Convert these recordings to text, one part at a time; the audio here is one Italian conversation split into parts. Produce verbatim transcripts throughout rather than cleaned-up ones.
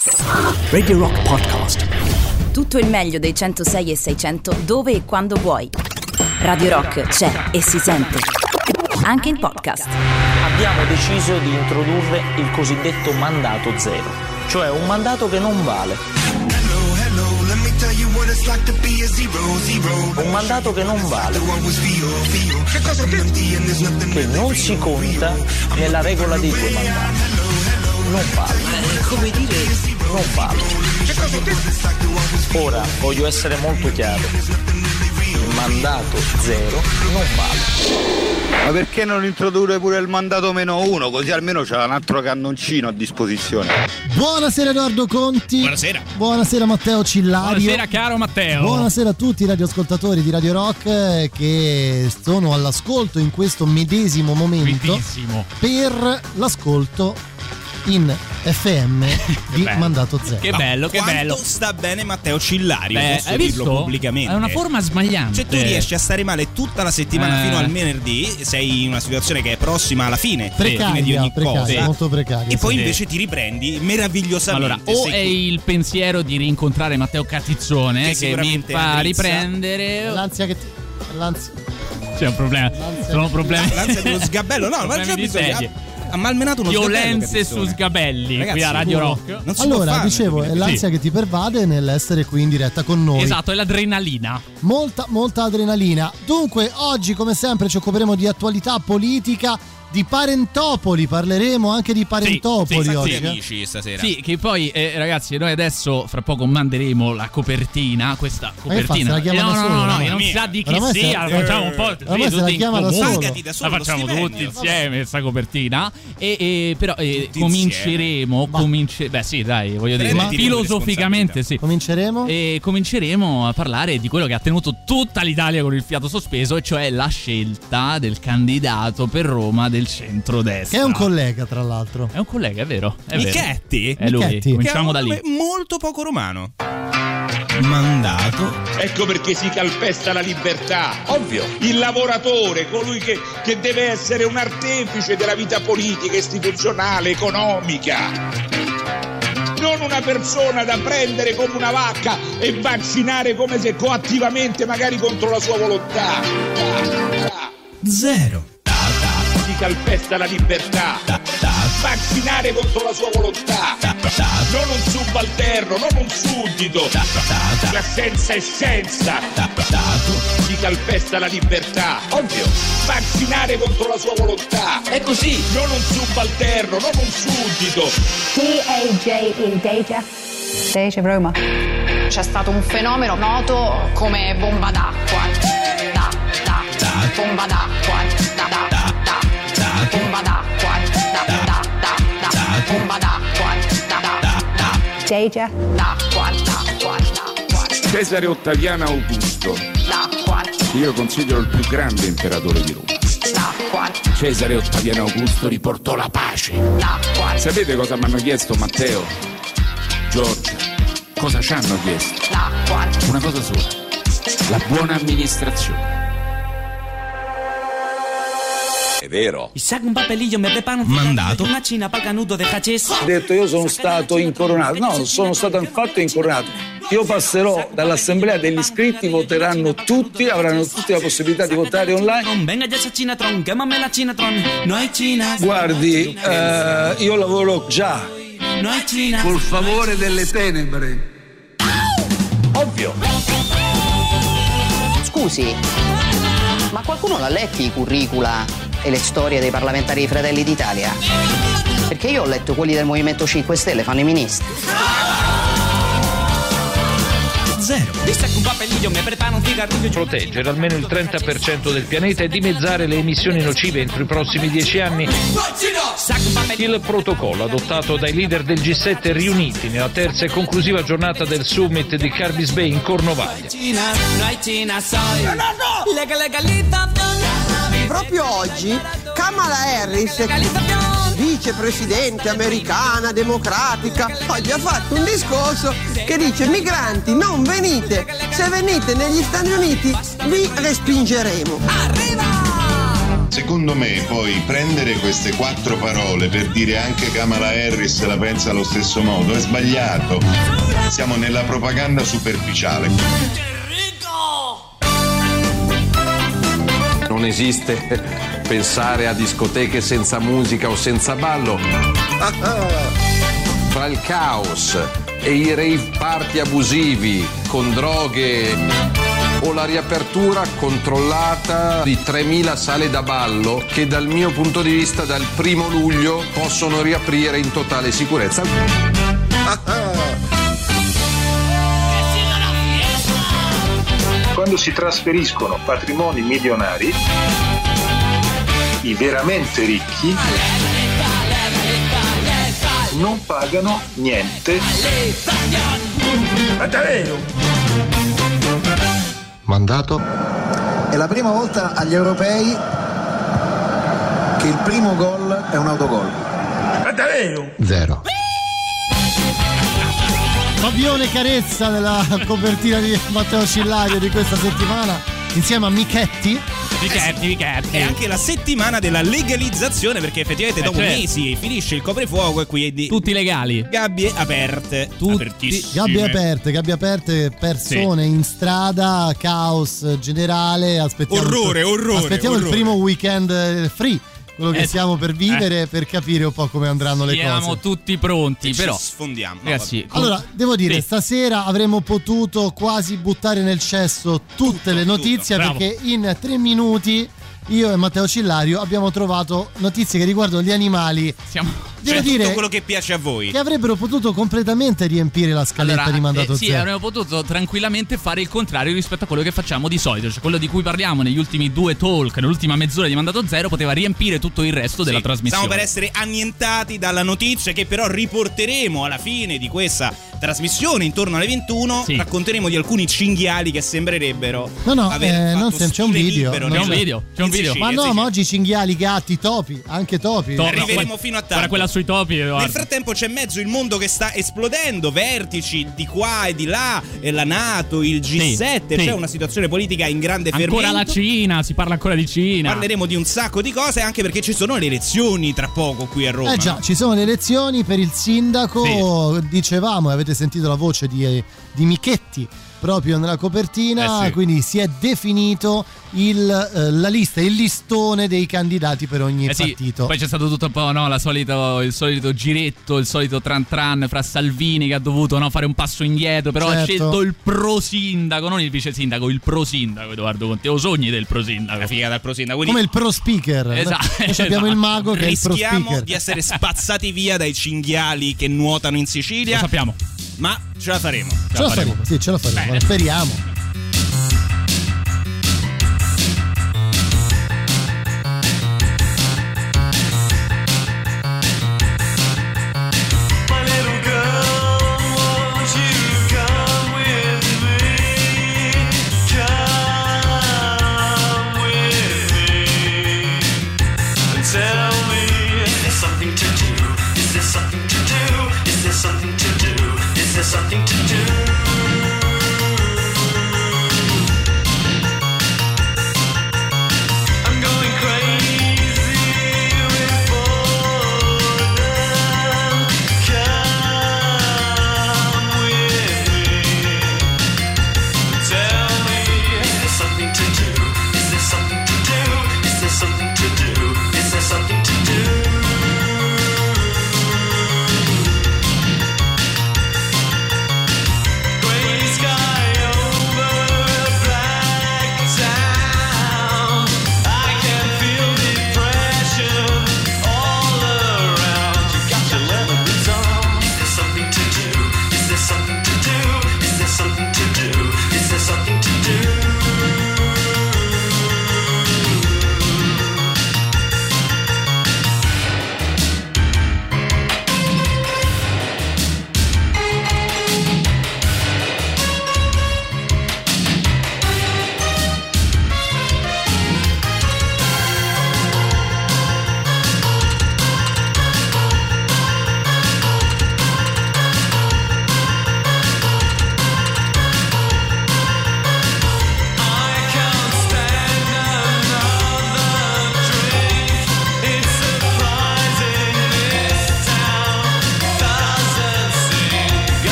Radio Rock Podcast. Tutto il meglio dei centosei e seicento dove e quando vuoi. Radio Rock c'è e si sente anche in podcast. Abbiamo deciso di introdurre il cosiddetto mandato zero, cioè un mandato che non vale. Un mandato che non vale, che non si conta nella regola dei due mandati. Non vale. Come dire, non vale. Ora voglio essere molto chiaro. Il mandato zero non vale. Ma perché non introdurre pure il mandato meno uno? Così almeno c'è un altro cannoncino a disposizione. Buonasera Edoardo Conti. Buonasera. Buonasera Matteo Cillario. Buonasera caro Matteo. Buonasera a tutti i radioascoltatori di Radio Rock che sono all'ascolto in questo medesimo momento. Bellissimo. Per l'ascolto in F M di Mandato Zero. Che bello, che quanto bello. sta bene Matteo Cillario, Beh, posso hai dirlo visto? pubblicamente. È una forma sbagliante. Cioè tu riesci a stare male tutta la settimana Eh. fino al venerdì, sei in una situazione che è prossima alla fine, Precaria, fine di ogni precaria, cosa, molto precaria. e poi sì. invece ti riprendi meravigliosamente. Allora, o sei è il pensiero di rincontrare Matteo Catizzone Che che, mi sicuramente fa arrizza. riprendere. L'ansia che ti... l'ansia... C'è un problema. Sono problemi. l'ansia dello sgabello, no, ma Problemi c'è di bisogno. sedie. Ha malmenato uno sgabello, Violenze Catizzone. su sgabelli. Ragazzi, qui a Radio sicuro. Rock. Non si può Allora, fare, dicevo, è l'ansia Sì. che ti pervade nell'essere qui in diretta con noi. Esatto, è l'adrenalina. Molta, molta adrenalina. Dunque, oggi, come sempre, ci occuperemo di attualità politica, di parentopoli. Parleremo anche di parentopoli sì, sì, oggi. Sì, eh. amici stasera. Sì, che poi eh, ragazzi, noi adesso fra poco manderemo la copertina, questa Ma che fa, copertina. se la chiama Eh, no, da no, solo, no, no, no? che non Mia. si sa di chi Oramai sia, se- la facciamo un po' Oramai sì, se la tutti in chiama da comune. solo. Pagati da solo, La facciamo lo tutti stipendio. insieme questa copertina e, e però eh, Tutti cominceremo comince- beh sì, dai, voglio dire, Prenditi le filosoficamente sì. Cominceremo? E cominceremo a parlare di quello che ha tenuto tutta l'Italia con il fiato sospeso, e cioè la scelta del candidato per Roma del centrodestra. Che è un collega, tra l'altro. È un collega, è vero? È Michetti? vero. È lui. Michetti. Cominciamo Che ha da un lì. nome molto poco romano. Mandato. Ecco perché si calpesta la libertà. Ovvio. Il lavoratore, colui che, che deve essere un artefice della vita politica, istituzionale, economica. Non una persona da prendere come una vacca e vaccinare come se coattivamente, magari contro la sua volontà. Zero. Si calpesta la libertà. Vaccinare contro la sua volontà. Non un subalterno, non un suddito. La scienza è scienza. Si calpesta la libertà. Ovvio. Vaccinare contro la sua volontà. È così. Non un subalterno, non un suddito. D A J E, Deja. Deja Roma. C'è stato un fenomeno noto come bomba d'acqua. Da, da, bomba d'acqua. Da, da, da, bomba d'acqua. Da, da, da, da, bomba d'acqua. Da, da, da, Deja. d'acqua, d'acqua, d'acqua, Cesare Ottaviano Augusto. d'acqua, Io considero il più grande imperatore di Roma. d'acqua, Cesare Ottaviano Augusto riportò la pace. d'acqua, Sapete cosa mi hanno chiesto Matteo? Giorgia, cosa ci hanno chiesto? d'acqua. Una cosa sola, la buona amministrazione. È vero. Mandato. Ha detto io sono stato incoronato. No, sono stato infatti incoronato. Io passerò dall'assemblea degli iscritti, voteranno tutti, avranno tutti la possibilità di votare online. Guardi, eh, io lavoro già col favore delle tenebre. Ovvio. Scusi, ma qualcuno l'ha letti i curricula e le storie dei parlamentari di Fratelli d'Italia? Perché io ho letto quelli del Movimento cinque Stelle, fanno i ministri. Zero. Proteggere almeno il trenta per cento del pianeta e dimezzare le emissioni nocive entro i prossimi dieci anni. Il protocollo adottato dai leader del G sette riuniti nella terza e conclusiva giornata del summit di Carbis Bay in Cornovaglia. Proprio oggi Kamala Harris, vicepresidente americana democratica, oggi ha fatto un discorso che dice: migranti non venite, se venite negli Stati Uniti vi respingeremo. Se secondo me poi prendere queste quattro parole per dire anche Kamala Harris la pensa allo stesso modo è sbagliato. Siamo nella propaganda superficiale. Non esiste pensare a discoteche senza musica o senza ballo. Fra il caos e i rave party abusivi con droghe o la riapertura controllata di tremila sale da ballo che dal mio punto di vista dal primo luglio possono riaprire in totale sicurezza. Quando si trasferiscono patrimoni milionari, i veramente ricchi non pagano niente. Mandato. È la prima volta agli europei che il primo gol è un autogol. Zero. Fabione Carezza nella copertina di Matteo Cillario di questa settimana insieme a Michetti. Michetti, Michetti. È anche la settimana della legalizzazione, perché effettivamente eh dopo certo. mesi finisce il coprifuoco e quindi tutti legali. Gabbie aperte. Tutti. Apertissime. Gabbie aperte, gabbie aperte, persone sì. in strada, caos generale. Aspettiamo orrore, il, orrore. Aspettiamo orrore. il primo weekend free. Quello che eh, stiamo per vivere eh. per capire un po' come andranno le Siamo cose. Siamo tutti pronti, e però ci sfondiamo. Ragazzi, no, allora, devo dire, sì. stasera avremmo potuto quasi buttare nel cesso tutte tutto, le notizie tutto. Perché in tre minuti io e Matteo Cillario abbiamo trovato notizie che riguardano gli animali. Siamo Devo cioè, dire tutto quello che piace a voi, che avrebbero potuto completamente riempire la scaletta allora, di Mandato eh, sì, Zero. avremmo potuto tranquillamente fare il contrario rispetto a quello che facciamo di solito, cioè quello di cui parliamo negli ultimi due talk, nell'ultima mezz'ora di Mandato Zero poteva riempire tutto il resto sì, della trasmissione. Stiamo per essere annientati dalla notizia che però riporteremo alla fine di questa trasmissione intorno alle ventuno. Sì. Racconteremo di alcuni cinghiali che sembrerebbero no no aver eh, non c'è, c'è un video libero, c'è un video c'è un video ma no ma oggi cinghiali, gatti, topi, anche topi Top, arriveremo no, fino a tanto. Guarda quella sui topi, Edoardo. Nel frattempo c'è mezzo il mondo che sta esplodendo, vertici di qua e di là, e la NATO, il G sette, sì, c'è sì. una situazione politica in grande fermento. Ancora la Cina, si parla ancora di Cina. Parleremo di un sacco di cose, anche perché ci sono le elezioni tra poco qui a Roma. Eh già, ci sono le elezioni per il sindaco, sì. dicevamo, avete sentito la voce di, di Michetti proprio nella copertina, eh sì. quindi si è definito il, eh, la lista, il listone dei candidati per ogni eh partito. Sì. Poi c'è stato tutto un po', no, la solito, il solito giretto, il solito tran tran fra Salvini che ha dovuto no, fare un passo indietro, però certo. ha scelto il pro sindaco, non il vice sindaco, il pro sindaco Edoardo Conti. O sogni del pro sindaco. La figa dal pro sindaco. Come il pro speaker. Esatto. Noi esatto. abbiamo il mago che Rischiamo è il pro speaker. di essere spazzati via dai cinghiali che nuotano in Sicilia. Lo sappiamo. Ma ce la faremo. Ce, ce la faremo. faremo. Sì, ce la faremo. Bene. Speriamo. Something to do. I'm going crazy with boredom. Come with me. Tell me, is there something to do? Is there something to do? Is there something to do? Is there something to do?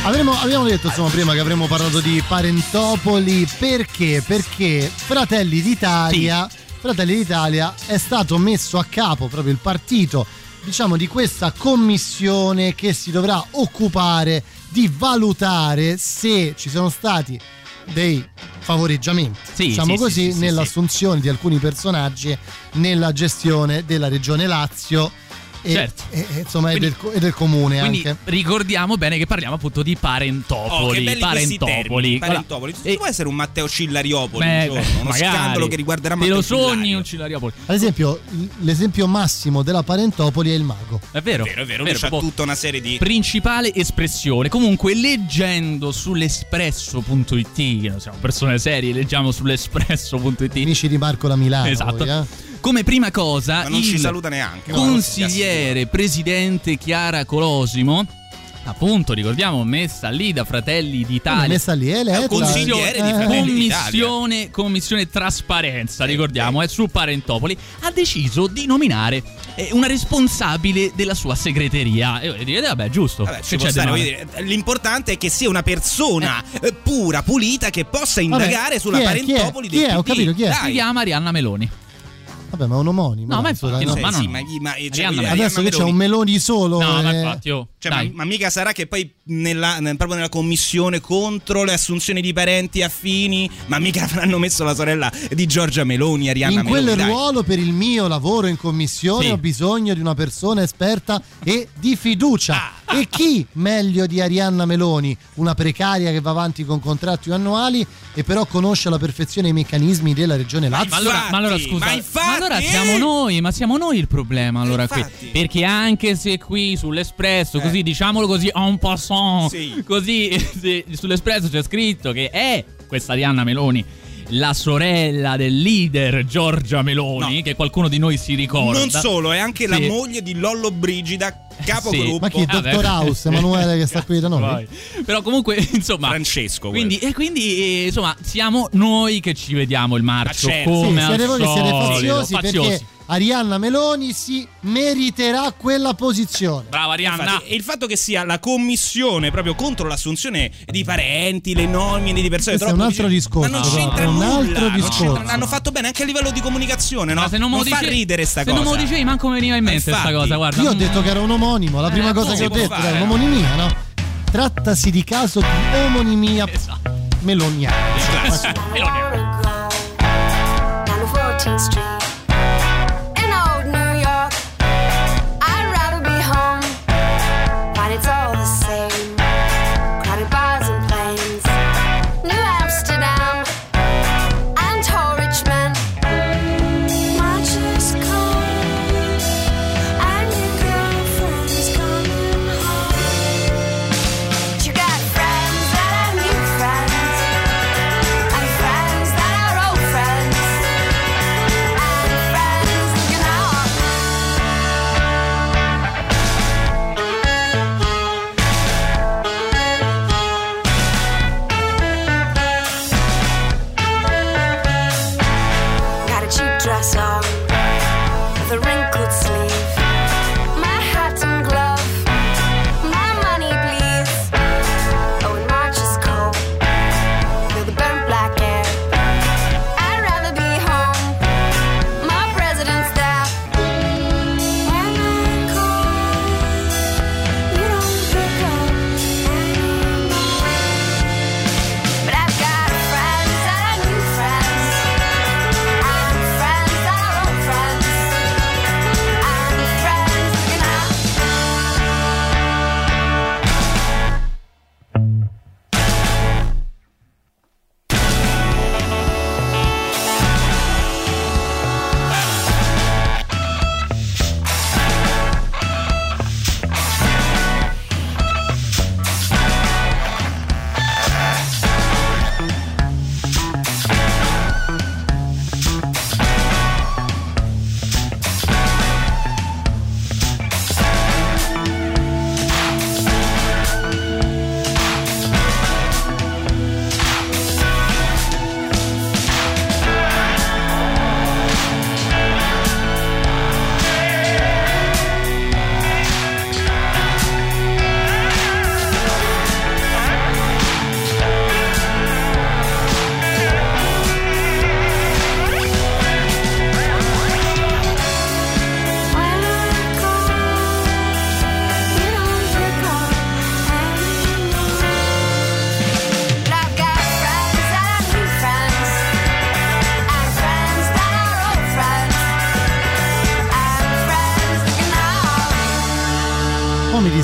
Avremo, abbiamo detto insomma prima che avremmo parlato di parentopoli, perché? Perché Fratelli d'Italia, sì. Fratelli d'Italia è stato messo a capo proprio il partito, diciamo, di questa commissione che si dovrà occupare di valutare se ci sono stati dei favoreggiamenti, sì, diciamo sì, così, sì, sì, nell'assunzione sì. di alcuni personaggi nella gestione della regione Lazio. E, certo. e, insomma, quindi, è, del, è del comune quindi anche. Ricordiamo bene che parliamo appunto di parentopoli. Oh, che belli parentopoli. Parentopoli. E... può essere un Matteo Cillariopoli, beh, un giorno, uno magari. scandalo che riguarderà Te Matteo lo sogni Cillario. un Cillariopoli. Ad esempio, l'esempio massimo della parentopoli è il mago. È vero, è vero, è vero, vero c'ha tutta una serie di principale espressione. Comunque, leggendo sull'espresso punto it, che non siamo persone serie, leggiamo sull'espresso punto it. Amici di Marco da Milano. Esatto. Voi, eh? Come prima cosa, ma non il ci saluta neanche, consigliere presidente Chiara Colosimo, appunto, ricordiamo, messa lì da Fratelli d'Italia, messa lì, è eletta, consigliere eh, di Fratelli commissione, d'Italia. commissione trasparenza, ricordiamo, è su Parentopoli, ha deciso di nominare eh, una responsabile della sua segreteria. E direte, vabbè, giusto. Vabbè, ci può stare, voglio dire, l'importante è che sia una persona eh. pura, pulita, che possa indagare vabbè, sulla chi è, Parentopoli chi è? del Chi è? Ho capito chi è. Si chiama Arianna Meloni. Vabbè, ma è un omonimo. No, ma infatti, no, sì, ma no. sì, ma, ma, cioè, Arianna, adesso che c'è un Meloni solo. No, eh. ma infatti, oh, cioè, ma, ma mica sarà che poi nella, nel, proprio nella commissione contro le assunzioni di parenti affini, ma mica avranno messo la sorella di Giorgia Meloni, Arianna in quel Meloni, ruolo, per il mio lavoro in commissione, sì. ho bisogno di una persona esperta e di fiducia. Ah. E chi meglio di Arianna Meloni, una precaria che va avanti con contratti annuali e però conosce alla perfezione i meccanismi della regione Lazio? Ma allora, ma allora scusa, ma, infatti, ma allora siamo noi, ma siamo noi il problema allora qui, infatti. perché anche se qui sull'Espresso, eh. così diciamolo così en passant, sì. così se, sull'Espresso c'è scritto che è questa Arianna Meloni la sorella del leader Giorgia Meloni, no. che qualcuno di noi si ricorda. Non solo, è anche sì. la moglie di Lollo Brigida, capogruppo. Sì. Ma chi? Dottor House, Emanuele che sta qui da noi. Vai. Però comunque, insomma, Francesco. Quindi, e quindi eh, insomma, siamo noi che ci vediamo il marcio, certo. come sì, al siete voi che siete faziosi, faziosi. perché Arianna Meloni si meriterà quella posizione. Brava Arianna. Infatti, e il fatto che sia la commissione proprio contro l'assunzione di parenti, le nomine di persone, questo è un altro discorso. Ma non c'entra no, nulla. Un altro discorso. C'entra, hanno fatto bene anche a livello di comunicazione, no? Ma se non, non me fa dice, ridere sta se cosa. Se non me lo dicevi, manco mi veniva in mente Infatti, sta cosa, guarda. Io ho detto che era un omonimo, la prima eh, cosa che ho detto fare, era un'omonimia, no? Trattasi di caso di omonimia esatto. meloniana. Esatto. Meloniana.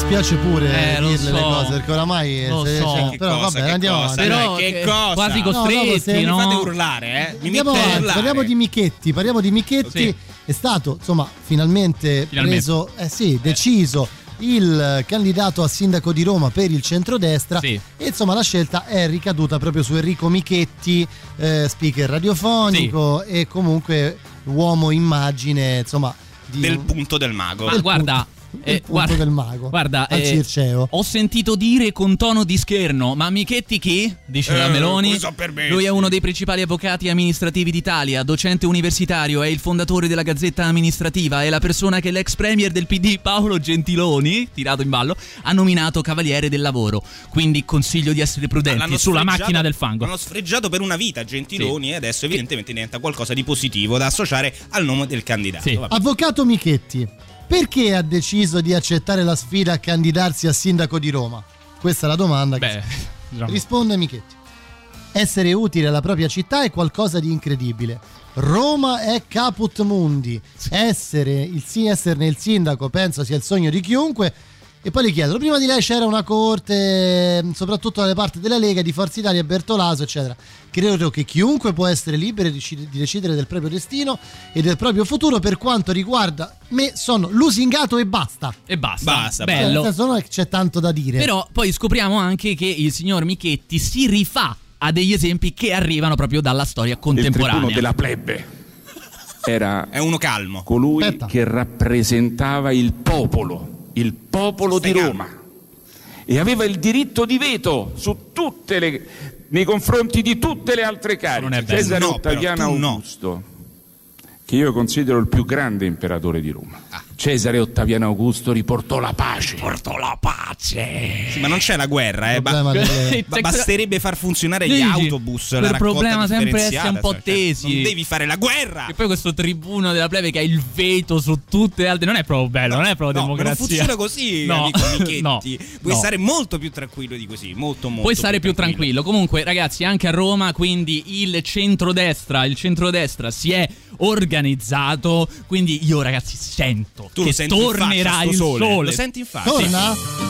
dispiace pure eh, dirle so. le cose, perché oramai lo se, so. cioè, però cosa, vabbè, andiamo cosa, avanti. Però che cosa? Quasi costretti, no? no? Mi fate urlare, eh? Mi Andiamo mette a avanti, urlare. parliamo di Michetti, parliamo di Michetti. Sì. È stato, insomma, finalmente, Finalmente. preso, eh sì, deciso il candidato a sindaco di Roma per il centrodestra, sì. E insomma la scelta è ricaduta proprio su Enrico Michetti, eh, speaker radiofonico, sì. E comunque uomo immagine, insomma, di del un... punto del mago. Ma guarda, il eh, punto guarda, del mago guarda, al eh, Circeo. ho sentito dire con tono di scherno: ma Michetti chi? Dice Eh, la Meloni. come so permessi. Lui è uno dei principali avvocati amministrativi d'Italia, docente universitario, è il fondatore della Gazzetta Amministrativa, è la persona che l'ex premier del P D Paolo Gentiloni, tirato in ballo, ha nominato cavaliere del lavoro. Quindi consiglio di essere prudenti L'hanno sulla sfregiato- macchina del fango. L'hanno sfregiato per una vita Gentiloni, sì. E adesso evidentemente diventa qualcosa di positivo da associare al nome del candidato. Sì. Avvocato Michetti, perché ha deciso di accettare la sfida a candidarsi a sindaco di Roma? Questa è la domanda. Beh, diciamo. Risponde Michetti. Essere utile alla propria città è qualcosa di incredibile. Roma è caput mundi. Essere il, esserne il sindaco penso sia il sogno di chiunque. E poi gli chiedono, prima di lei c'era una corte, soprattutto dalle parti della Lega, di Forza Italia, Bertolaso, eccetera. Credo che chiunque può essere libero di decidere del proprio destino e del proprio futuro. Per quanto riguarda me, sono lusingato e basta. E basta, basta bello. Nel senso, non è che c'è tanto da dire. Però poi scopriamo anche che il signor Michetti si rifà a degli esempi che arrivano proprio dalla storia contemporanea. Il tribuno della plebe era è uno calmo. Colui Aspetta. che rappresentava il popolo. Il popolo di Roma, e aveva il diritto di veto su tutte le, nei confronti di tutte le altre cariche. Cesare no, Ottaviano però, Augusto, no. Che io considero il più grande imperatore di Roma. Ah. Cesare Ottaviano Augusto riportò la pace. Portò la pace. Sì, ma non c'è la guerra, eh. Ba- delle... ba- basterebbe far funzionare gli Dici, autobus. La il problema sempre essere essere un po' tesi. Non devi fare la guerra. E poi questo tribuno della plebe che ha il veto su tutte le altre. Non è proprio bello, no, non è proprio no, democrazia. Non funziona così, no. amico Michetti. No, Puoi no. stare molto più tranquillo di così. Molto, molto. Puoi stare più tranquillo. tranquillo. Comunque, ragazzi, anche a Roma, quindi il centrodestra, il centrodestra si è organizzato. Quindi io, ragazzi, sento tu che tornerà il sole. sole. Lo senti in faccia? Torna?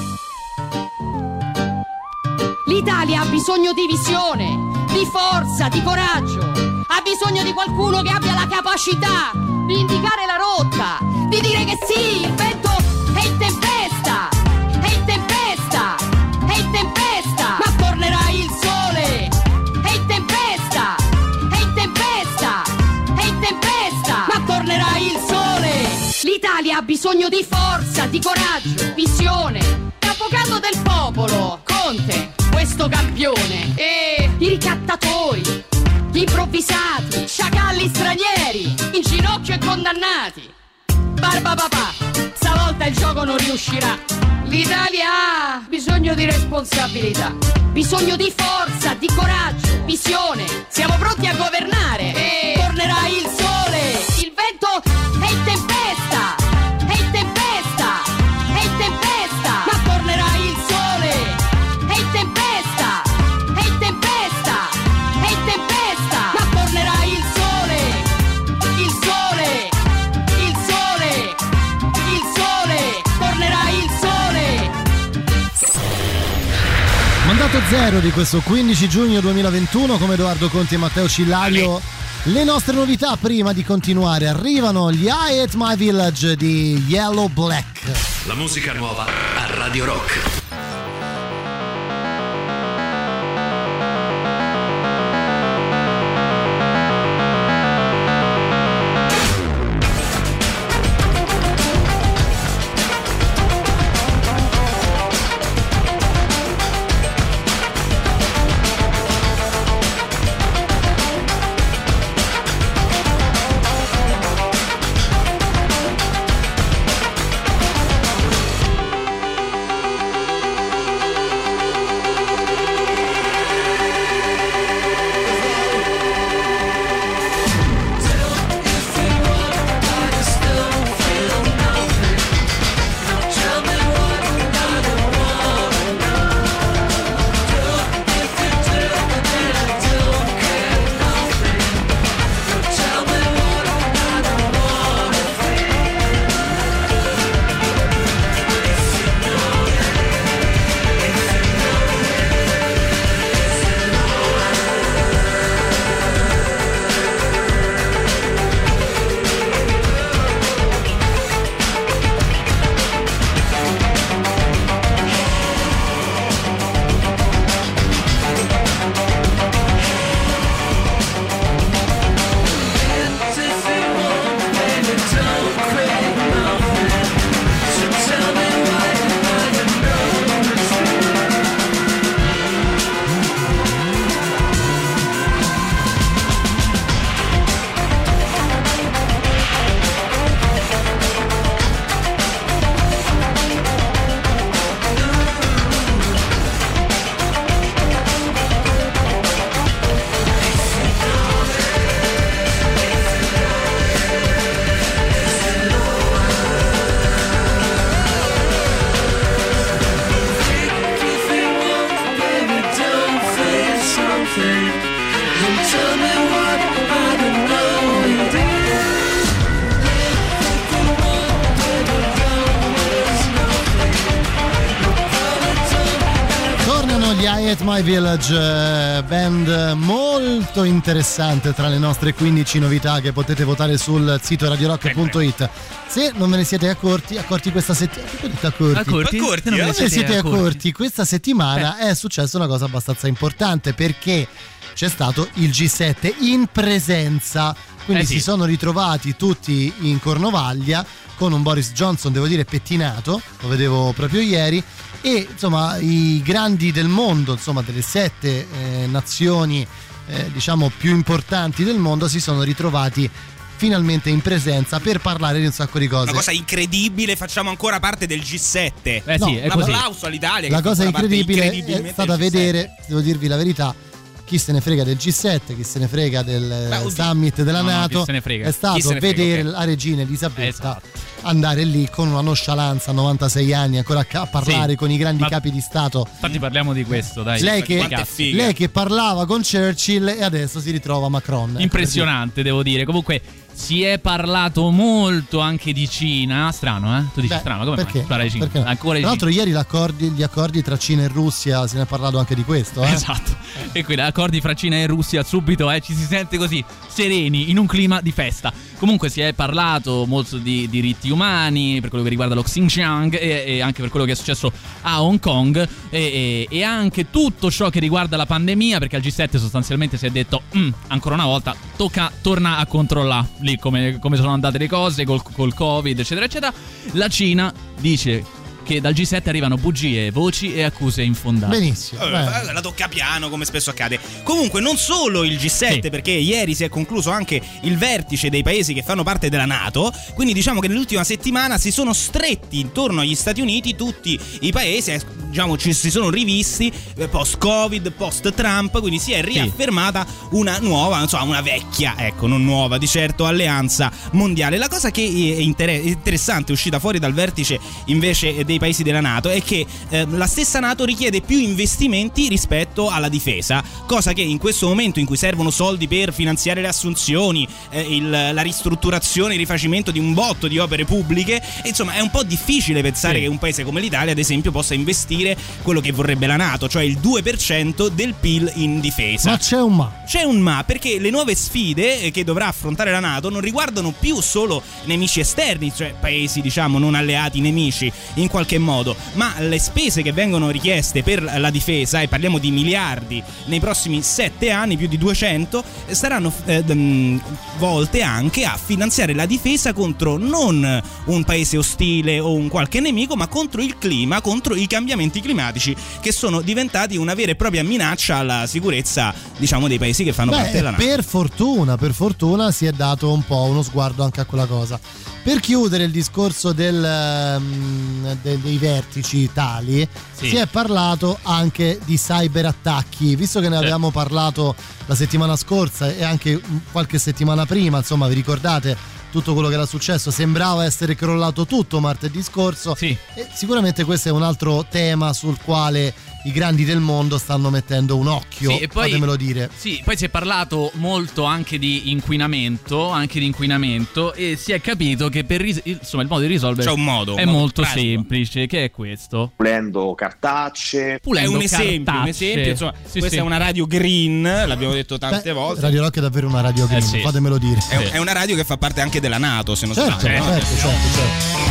L'Italia ha bisogno di visione, di forza, di coraggio. Ha bisogno di qualcuno che abbia la capacità di indicare la rotta, di dire che sì, il vento è in tempesta, è in tempesta, è in tempesta, ma tornerà il sole. È in tempesta, è in tempesta, è in tempesta, ma tornerà il sole. L'Italia ha bisogno di forza, di coraggio, visione. L'avvocato del popolo, Conte, questo campione. E i ricattatori, gli improvvisati, sciacalli stranieri, in ginocchio e condannati. Barba papà, stavolta il gioco non riuscirà. L'Italia ha bisogno di responsabilità, bisogno di forza, di coraggio, visione. Siamo pronti a governare e tornerà il sole. Il vento è in tempesta, è in tempesta, è in tempesta, ma tornerà il sole. È in tempesta, è in tempesta, è in tempesta, ma tornerà il sole. Il sole, il sole, il sole, tornerà il sole. Mandato zero di questo quindici giugno duemilaventuno, come Edoardo Conti e Matteo Cillario. Le nostre novità prima di continuare. Arrivano gli I Hate My Village di Yellow Black. La musica nuova a Radio Rock. gli I Hate My Village, band molto interessante, tra le nostre quindici novità che potete votare sul sito radio rock punto it. Se non ve ne siete accorti, accorti questa settimana, accorti, accorti, accorti, non eh? ve ne siete, siete accorti. accorti, questa settimana eh. è successa una cosa abbastanza importante, perché c'è stato il G sette in presenza, quindi eh sì. si sono ritrovati tutti in Cornovaglia con un Boris Johnson, devo dire, pettinato, lo vedevo proprio ieri, e insomma i grandi del mondo, insomma delle sette eh, nazioni eh, diciamo più importanti del mondo si sono ritrovati finalmente in presenza per parlare di un sacco di cose. Una cosa incredibile, facciamo ancora parte del G sette. Eh sì, no, è un così. applauso all'Italia. La che cosa incredibile è stata del G sette. vedere, devo dirvi la verità, chi se ne frega del G sette, chi se ne frega del Beh, summit della no, NATO, no, se ne frega. è stato se ne vedere frega, okay. la regina Elisabetta Esatto. andare lì con una nonchalance a novantasei anni ancora a parlare Sì, con i grandi ma- capi di Stato. Infatti parliamo di questo, dai. Lei che, Quanto è figa. lei che parlava con Churchill e adesso si ritrova Macron. Ecco, Impressionante, devo dire. Comunque si è parlato molto anche di Cina. Strano, eh? Tu dici Beh, strano, come perché? mai? Di Cina. Perché no? Ancora di Tra l'altro Cina. ieri l'accordi- gli accordi tra Cina e Russia, se ne è parlato anche di questo, eh? Esatto. E quindi accordi fra Cina e Russia subito, eh, ci si sente così sereni in un clima di festa. Comunque si è parlato molto di diritti umani per quello che riguarda lo Xinjiang e, e anche per quello che è successo a Hong Kong e, e, e anche tutto ciò che riguarda la pandemia, perché al G sette sostanzialmente si è detto mm, ancora una volta tocca, torna a controllare lì come, come sono andate le cose col, col Covid eccetera eccetera. La Cina dice che dal G sette arrivano bugie, voci e accuse infondate. Benissimo. Eh, la tocca piano, come spesso accade. Comunque non solo il G sette, sì. perché ieri si è concluso anche il vertice dei paesi che fanno parte della NATO, quindi diciamo che nell'ultima settimana si sono stretti intorno agli Stati Uniti tutti i paesi, diciamo ci si sono rivisti post-Covid, post-Trump, quindi si è riaffermata sì. una nuova, insomma una vecchia, ecco, non nuova di certo, alleanza mondiale. La cosa che è interessante uscita fuori dal vertice invece dei paesi della NATO è che eh, la stessa NATO richiede più investimenti rispetto alla difesa, cosa che in questo momento in cui servono soldi per finanziare le assunzioni, eh, il, la ristrutturazione, il rifacimento di un botto di opere pubbliche, e insomma è un po' difficile pensare sì. che un paese come l'Italia ad esempio possa investire quello che vorrebbe la NATO, cioè il due per cento del P I L in difesa. Ma c'è un ma. C'è un ma, perché le nuove sfide che dovrà affrontare la NATO non riguardano più solo nemici esterni, cioè paesi diciamo non alleati nemici in qualche modo, ma le spese che vengono richieste per la difesa, e parliamo di miliardi nei prossimi sette anni, più di duecento, saranno eh, volte anche a finanziare la difesa contro non un paese ostile o un qualche nemico, ma contro il clima, contro i cambiamenti climatici che sono diventati una vera e propria minaccia alla sicurezza, diciamo, dei paesi che fanno Beh, parte della NATO. Per fortuna, per fortuna si è dato un po' uno sguardo anche a quella cosa. Per chiudere il discorso del, um, de, dei vertici tali, sì. si è parlato anche di cyberattacchi, visto che ne sì. avevamo parlato la settimana scorsa e anche qualche settimana prima, insomma, vi ricordate tutto quello che era successo? Sembrava essere crollato tutto martedì scorso, sì. e sicuramente questo è un altro tema sul quale i grandi del mondo stanno mettendo un occhio, sì, e poi, fatemelo dire. Sì, poi si è parlato molto anche di inquinamento, anche di inquinamento, e si è capito che per ris- insomma il modo di risolvere c'è un modo, è un modo molto pratico. semplice, che è questo. Pulendo cartacce. Pulendo è un esempio, cartacce. un esempio, insomma, sì, questa sì. è una radio green, l'abbiamo detto tante Beh, volte. Radio Rock è davvero una radio green, eh sì. fatemelo dire. È, è una radio che fa parte anche della NATO, se non certo, sbaglio. certo, no? certo, certo, certo.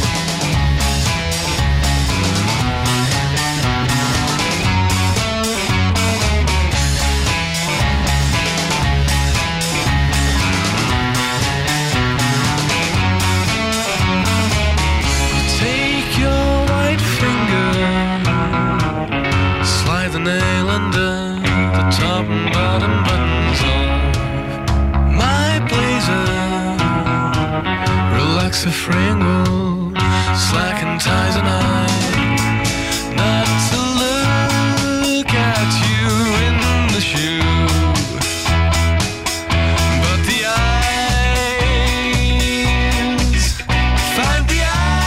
Nail under the top and bottom buttons of my blazer. Relax the Frango, slacken ties and I not to look at you in the shoe, but the eyes find the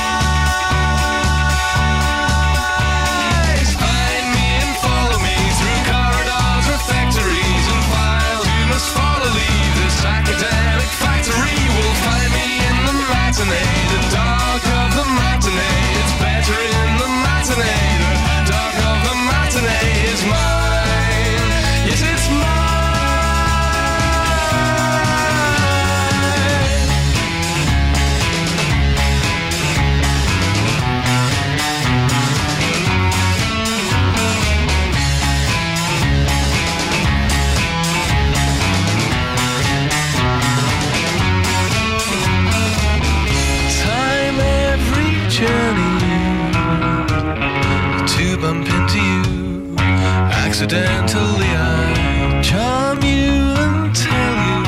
eyes find me and follow me through corridors or factories and files. You must follow, leave this academic factory. Will find me in the matinee, the dark of the matinee. It's do bump into you. Accidentally I charm you and tell you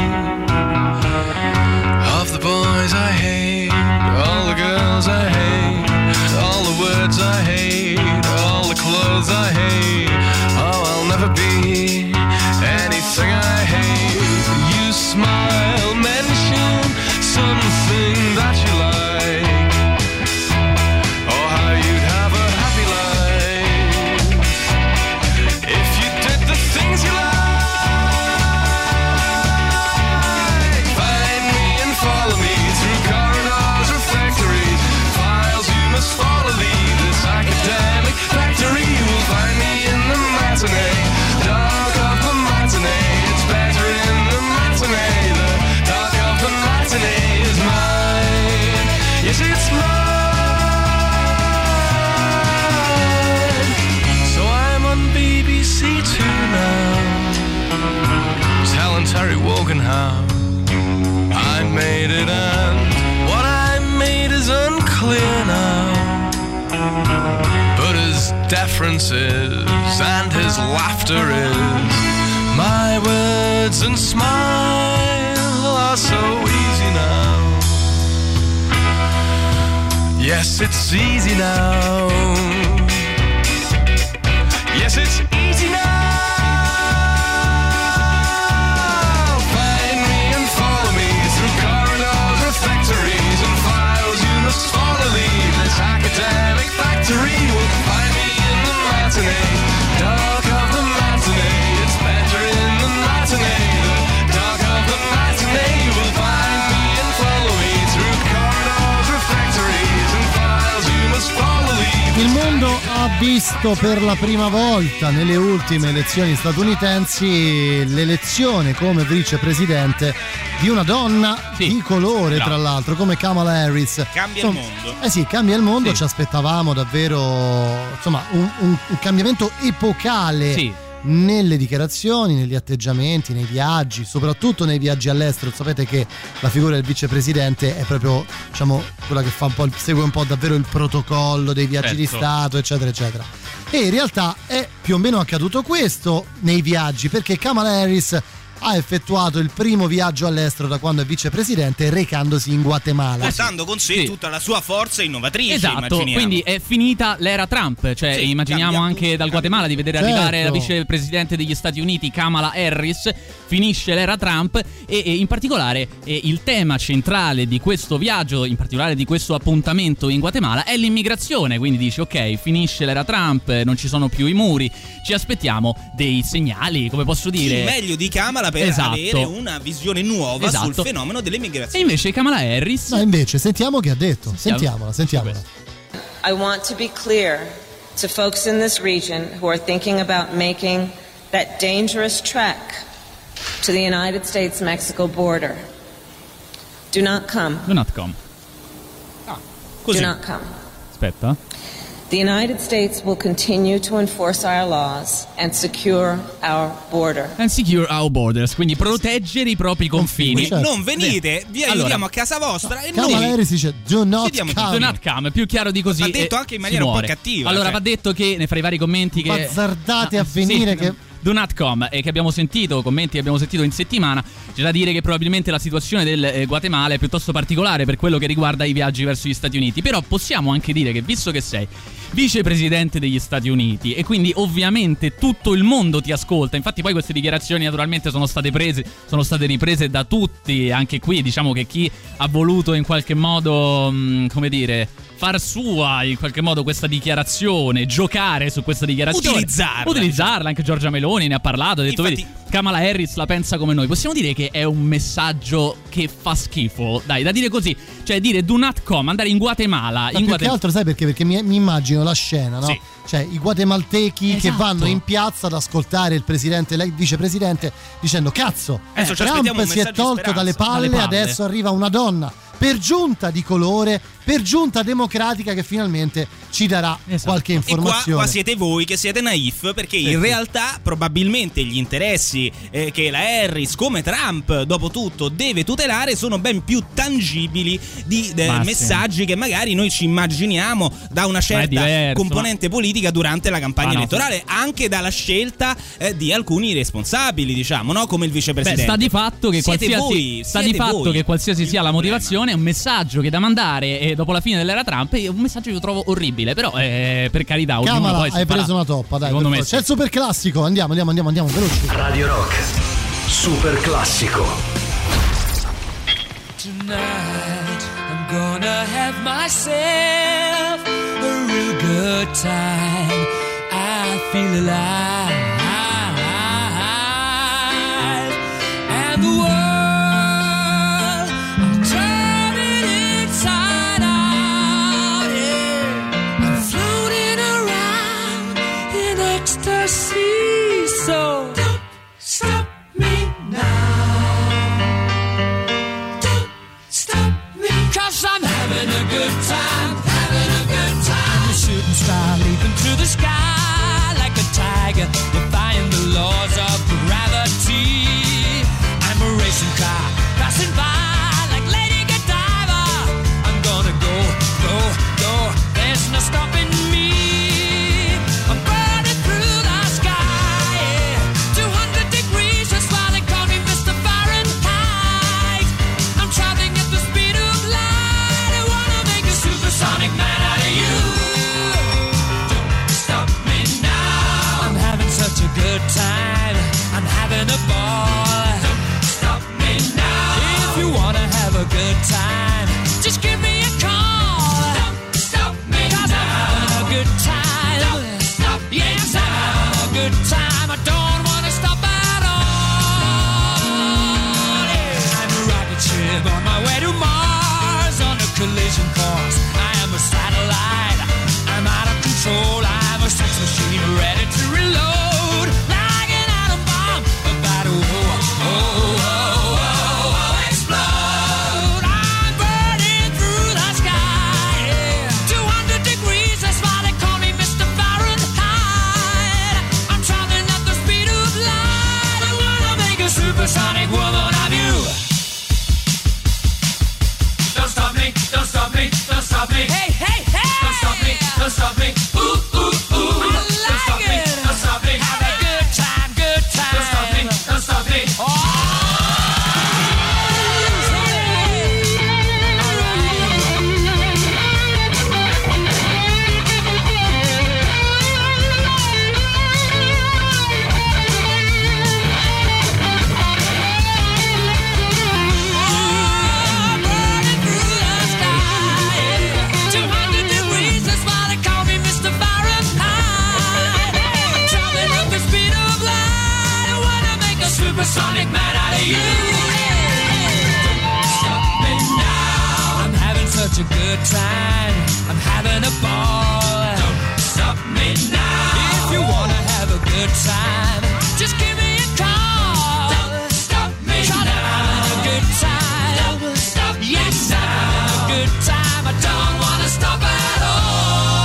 of the boys I hate, all the girls I hate, all the words I hate, all the clothes I hate. Oh, I'll never be anything I hate. You smile, mention something that you like, or how you'd have a happy life if you did the things you like. Find me and follow me through corridors or factories, files you must follow, leave this academic factory. You will find me in the matinee, dark of the matinee. It's better in the matinee, the dark of the matinee is mine. Yes, it's mine. So I'm on B B C Two now, telling Terry Wogan how I made it, and what I made is unclear now. But his deference is, and his laughter is, my words and smile are so easy now. Yes, it's easy now. Yes, it's easy now. Find me and follow me through corridors or factories and files you must follow, leave this academic factory. Will find me in the matinee, dark of the matinee. It's better in the matinee, the dark of the matinee. You will find me and follow me through corridors or factories and files you must follow, leave. Il mondo ha visto per la prima volta nelle ultime elezioni statunitensi l'elezione come vicepresidente di una donna sì, di colore, bravo, tra l'altro, come Kamala Harris. Cambia insomma, il mondo. Eh sì, cambia il mondo, sì. Ci aspettavamo davvero, insomma, un, un, un cambiamento epocale. Sì. Nelle dichiarazioni, negli atteggiamenti, nei viaggi, soprattutto nei viaggi all'estero. Sapete che la figura del vicepresidente è proprio, diciamo, quella che fa un po', segue un po' davvero il protocollo dei viaggi certo. di Stato, eccetera, eccetera. E in realtà è più o meno accaduto questo nei viaggi, perché Kamala Harris ha effettuato il primo viaggio all'estero da quando è vicepresidente, recandosi in Guatemala, portando con sé sì. tutta la sua forza innovatrice. Esatto, quindi è finita l'era Trump, cioè sì, immaginiamo anche tutto, dal Guatemala di vedere certo. arrivare la vicepresidente degli Stati Uniti Kamala Harris. Finisce l'era Trump e, e in particolare e il tema centrale di questo viaggio, in particolare di questo appuntamento in Guatemala, è l'immigrazione. Quindi dici ok, finisce l'era Trump, non ci sono più i muri, ci aspettiamo dei segnali, come posso dire, il meglio di Kamala per esatto. avere una visione nuova esatto. sul fenomeno dell'immigrazione. E invece Kamala Harris, no, invece sentiamo che ha detto. Sentiamola, sentiamola. I want to be clear to folks in this region who are thinking about making that dangerous trek to the United States-Mexico border. Do not come. Do not come. Ah, così. Do not come. Aspetta. The United States will continue to enforce our laws and secure our border. And secure our borders, quindi proteggere i propri confini. Certo. Non venite, vi aiutiamo allora, a casa vostra e Kamala noi Harris dice do not come. Do not come, più chiaro di così. Va detto anche in maniera un po' cattiva. Allora cioè. va detto che ne fra i vari commenti che bazzardate no, a venire sì, che Do not come, e che abbiamo sentito, commenti che abbiamo sentito in settimana, c'è da dire che probabilmente la situazione del eh, Guatemala è piuttosto particolare per quello che riguarda i viaggi verso gli Stati Uniti. Però possiamo anche dire che, visto che sei vicepresidente degli Stati Uniti e quindi ovviamente tutto il mondo ti ascolta, infatti poi queste dichiarazioni naturalmente sono state prese, sono state riprese da tutti, anche qui diciamo che chi ha voluto in qualche modo, mh, come dire, far sua in qualche modo questa dichiarazione, giocare su questa dichiarazione, utilizzarla, utilizzarla anche Giorgia Meloni ne ha parlato, ha detto infatti, vedi, Kamala Harris la pensa come noi. Possiamo dire che è un messaggio che fa schifo, dai, da dire così, cioè dire do not come, andare in Guatemala. Ma in più Guatemala. che altro sai perché? Perché mi, mi immagino la scena, no? Sì. Cioè i guatemaltechi esatto. che vanno in piazza ad ascoltare il presidente, il vicepresidente dicendo cazzo, eh, Trump si è tolto dalle palle, dalle palle, adesso arriva una donna per giunta di colore, per giunta democratica, che finalmente ci darà esatto. qualche informazione. E qua, qua siete voi che siete naif, perché sì, in sì. realtà probabilmente gli interessi messaggi eh, che la Harris, come Trump dopo tutto, deve tutelare sono ben più tangibili di eh, messaggi sì. che magari noi ci immaginiamo da una certa diverso, componente ma... politica durante la campagna no, elettorale, no. anche dalla scelta eh, di alcuni responsabili, diciamo, no? Come il vicepresidente. Beh, sta di fatto che siete qualsiasi voi, sta di fatto voi. che qualsiasi sia la motivazione, è un messaggio che da mandare e dopo la fine dell'era Trump è un messaggio che io trovo orribile, però eh, per carità, Camala, poi hai preso una toppa, dai. Secondo me c'è il super classico, andiamo, andiamo, andiamo, andiamo, veloci. Radio Rock, super classico. Tonight I'm gonna have myself a real good time. I feel alive, and the world I'm turning inside out. Yeah, I'm floating around in ecstasy. So don't stop me now. Don't stop me, 'cause I'm having a good time, having a good time. I'm a shooting star leaping through the sky like a tiger, defying the laws of gravity. I'm a racing car passing by like Lady Godiva. I'm gonna go, go, go. There's no stopping me. I'm burning through the sky, yeah. two hundred degrees, that's why they call me Mister Fahrenheit. I'm traveling at the speed of light. I wanna make a supersonic man out of you. Don't stop me now. I'm having such a good time. I'm having a ball. Don't stop me now. If you wanna have a good time, just give me a call. Don't stop me 'cause now. I'm having a good time. Don't stop me yes, now. I'm having a good time. I don't wanna stop at all. Yeah. I'm a rocket ship on my way to Mars on a collision course. I am a satellite. I'm out of control. I'm a sex machine ready to reload. Like an atom bomb about to oh, oh, oh, oh, oh, explode. I'm burning through the sky. Yeah. two hundred degrees, that's why they call me Mister Fahrenheit. I'm traveling at the speed of light. I wanna make a supersonic woman of you. Don't stop me, don't stop me, don't stop me. Hey, hey, hey! Don't stop me, don't stop me. Ooh, ooh, ooh. I like don't stop it. Me, don't stop me. Have a good time, good time. Don't stop me, don't stop me. Oh! Sonic man out of you. Don't stop me now. I'm having such a good time. I'm having a ball. Don't stop me now. If you wanna have a good time, just give me a call. Don't stop me now. I'm having a good time. Don't stop yes, I'm having a good time. I don't wanna stop at all.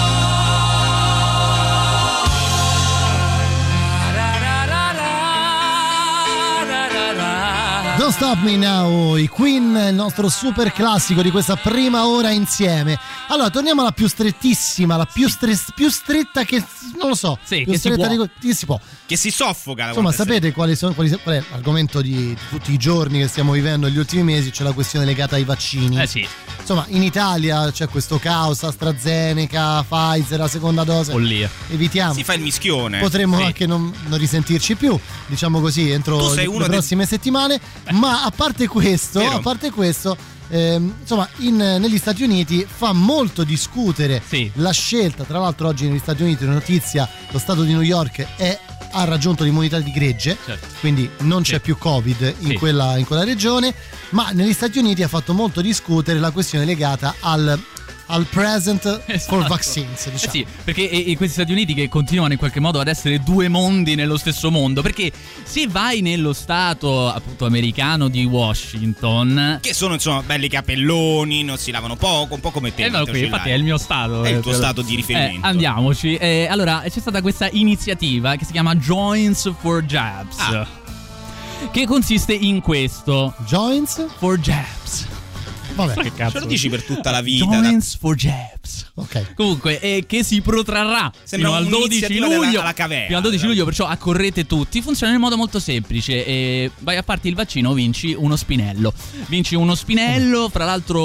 Don't Stop Me Now, i Queen, il nostro super classico di questa prima ora insieme. Allora, torniamo alla più strettissima, la più, stre- più stretta che, non lo so, sì, più che stretta si può. di che si può. Che si soffoca. Insomma, sapete quali sono, quali, qual è l'argomento di, di tutti i giorni che stiamo vivendo negli ultimi mesi? C'è la questione legata ai vaccini. Eh sì. Insomma, in Italia c'è questo caos, AstraZeneca, Pfizer, la seconda dose. Follia. Evitiamo. Si fa il mischione. Potremmo sì. anche non, non risentirci più, diciamo così, entro le, le prossime de... settimane. Ma a parte questo, Vero. a parte questo, ehm, insomma, in, negli Stati Uniti fa molto discutere sì. la scelta. Tra l'altro, oggi negli Stati Uniti una notizia: lo Stato di New York è ha raggiunto l'immunità di gregge, certo. quindi non c'è sì. più Covid in, sì. quella, in quella regione, ma negli Stati Uniti ha fatto molto discutere la questione legata al al present esatto. for vaccines, diciamo. Eh sì, perché e, e questi Stati Uniti che continuano in qualche modo ad essere due mondi nello stesso mondo, perché se vai nello stato appunto americano di Washington, che sono insomma belli capelloni, non si lavano poco, un po' come te, eh no, qui, infatti è il mio stato, è il tuo stato di riferimento. Eh, andiamoci. Eh, allora c'è stata questa iniziativa che si chiama Joints for Jabs. Ah. che consiste in questo: Joints for Jabs. Vabbè, che cazzo ce lo dici per tutta la vita? Joints da... for Jabs. Ok. Comunque, eh, che si protrarrà Sembra fino al dodici luglio. Alla cavea, fino al dodici luglio, perciò accorrete tutti. Funziona in modo molto semplice. Eh, vai a farti il vaccino, vinci uno spinello. Vinci uno spinello, fra l'altro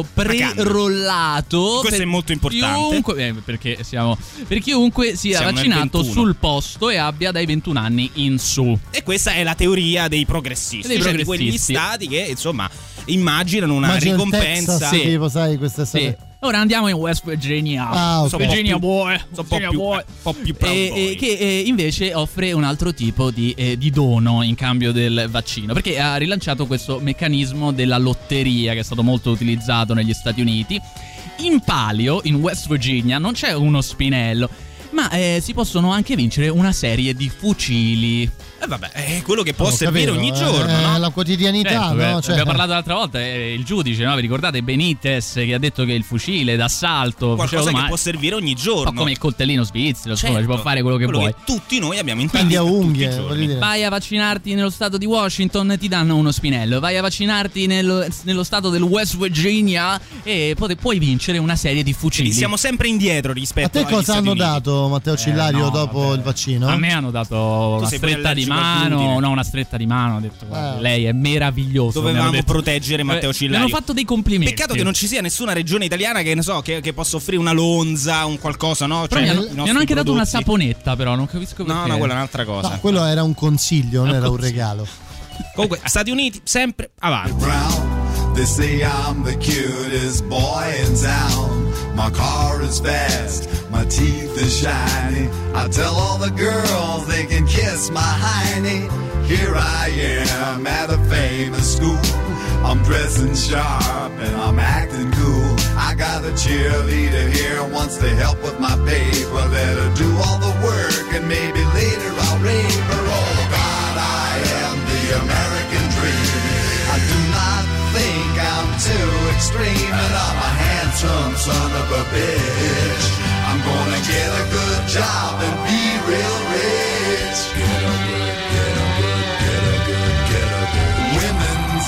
pre-rollato. Questo è molto importante. Chiunque, eh, perché siamo per chiunque sia siamo vaccinato sul posto e abbia dai ventuno anni in su. E questa è la teoria dei progressisti, dei cioè progressisti. di quegli stati che insomma immaginano una Immagino ricompensa. Texas, sì. Tipo, sai, queste sì. Ora andiamo in West Virginia. Ah, okay. Virginia boy, un po' più, un po' più e, e, che eh, invece offre un altro tipo di, eh, di dono in cambio del vaccino, perché ha rilanciato questo meccanismo della lotteria che è stato molto utilizzato negli Stati Uniti. In palio, in West Virginia, non c'è uno spinello, ma eh, si possono anche vincere una serie di fucili. Eh vabbè, è quello che può oh, servire capito, ogni giorno, è no? La quotidianità, certo, no? Beh, Cioè... abbiamo parlato l'altra volta, eh, il giudice, no? Vi ricordate Benitez che ha detto che il fucile d'assalto qualcosa che può servire ogni giorno, un po' come il coltellino svizzero, certo, si può fare quello che quello vuoi. Che tutti noi abbiamo in quindi a unghie, tutti vai a vaccinarti nello stato di Washington, ti danno uno spinello. Vai a vaccinarti nello, nello stato del West Virginia e pot- puoi vincere una serie di fucili. E siamo sempre indietro rispetto a te. Cosa hanno dato, Matteo Cillario, eh, no, dopo vabbè. il vaccino? A me hanno dato tu una stretta di mano, no, una stretta di mano. Ho detto, guarda, eh. lei è meravigliosa. Dovevamo proteggere Matteo Cillario. Mi hanno fatto dei complimenti. Peccato che non ci sia nessuna regione italiana che ne so che, che possa offrire una lonza, un qualcosa, no? Cioè, mi hanno, mi hanno anche dato una saponetta, però non capisco perché. No, no, quella è un'altra cosa. No, quello era un consiglio, non era un regalo. Comunque, Stati Uniti sempre avanti. They say I'm the cutest boy in town. My car is fast, my teeth are shiny. I tell all the girls they can kiss my hiney. Here I am at a famous school. I'm dressing sharp and I'm acting cool. I got a cheerleader here who wants to help with my paper. Let her do all the work and maybe later I'll rape her. Oh God, I am the American dream. I do not think I'm too extreme, and I'm a handsome son of a bitch. I'm gonna get a good job and be real rich. Get a good, get a good, get a good, get a good. Women's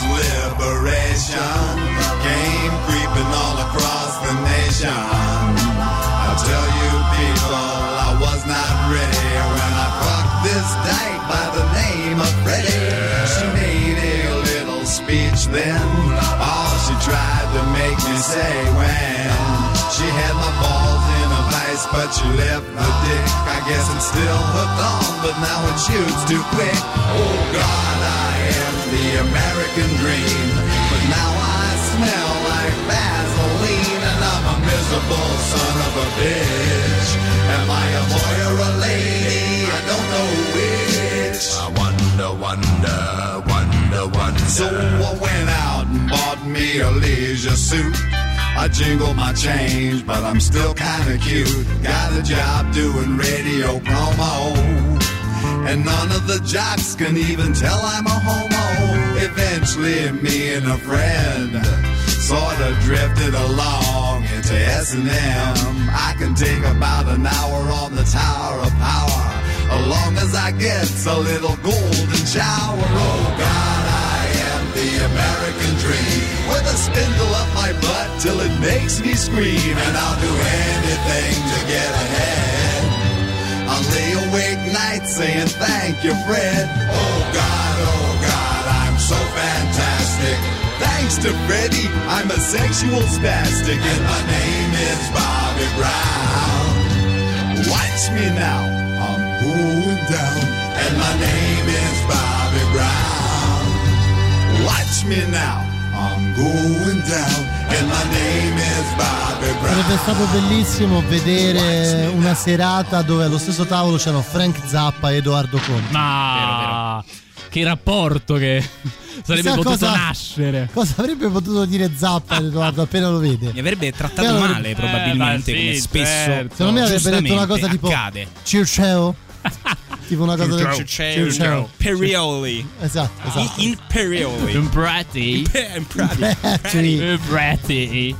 liberation came creeping all across the nation. I tell you people, I was not ready when I fucked this dyke by the name of Freddie. She made a little speech then. All she tried to make me say when she had my balls in a vice, but she left the dick. I guess it's still hooked on, but now it shoots too quick. Oh God, I am the American dream, but now I smell like Vaseline, and I'm a miserable son of a bitch. Am I a boy or a lady? I don't know which. I wonder, wonder, wonder, wonder. So I went out and bought me a leisure suit. I jingle my change, but I'm still kinda cute. Got a job doing radio promo, and none of the jocks can even tell I'm a homo. Eventually me and a friend sorta drifted along into S and M. I can take about an hour on the Tower of Power, as long as I get a little golden shower. Oh God, I am the American dream, with a spindle up my butt till it makes me scream, and I'll do anything to get ahead. I'll lay awake nights saying thank you, Fred. Oh God, oh God, I'm so fantastic. Thanks to Freddie, I'm a sexual spastic, and my name is Bobby Brown. Watch me now, I'm going down, and my name is Bobby Brown. Watch me now, I'm going down, and my name is Bobby Brown. Sarebbe stato bellissimo vedere una serata dove allo stesso tavolo c'erano Frank Zappa e Edoardo Conti. Ma vero, vero. Che rapporto che sarebbe Chissà potuto cosa, nascere. Cosa avrebbe potuto dire Zappa ad Edoardo appena lo vede? Mi avrebbe trattato Però male, eh, probabilmente, ma sì, come spesso. certo. Secondo me avrebbe detto una cosa tipo accade. Circeo. Tipo una cosa del Circeo. Perioli. Esatto, esatto. Imperioli. Imprati. Imprati. Imprati.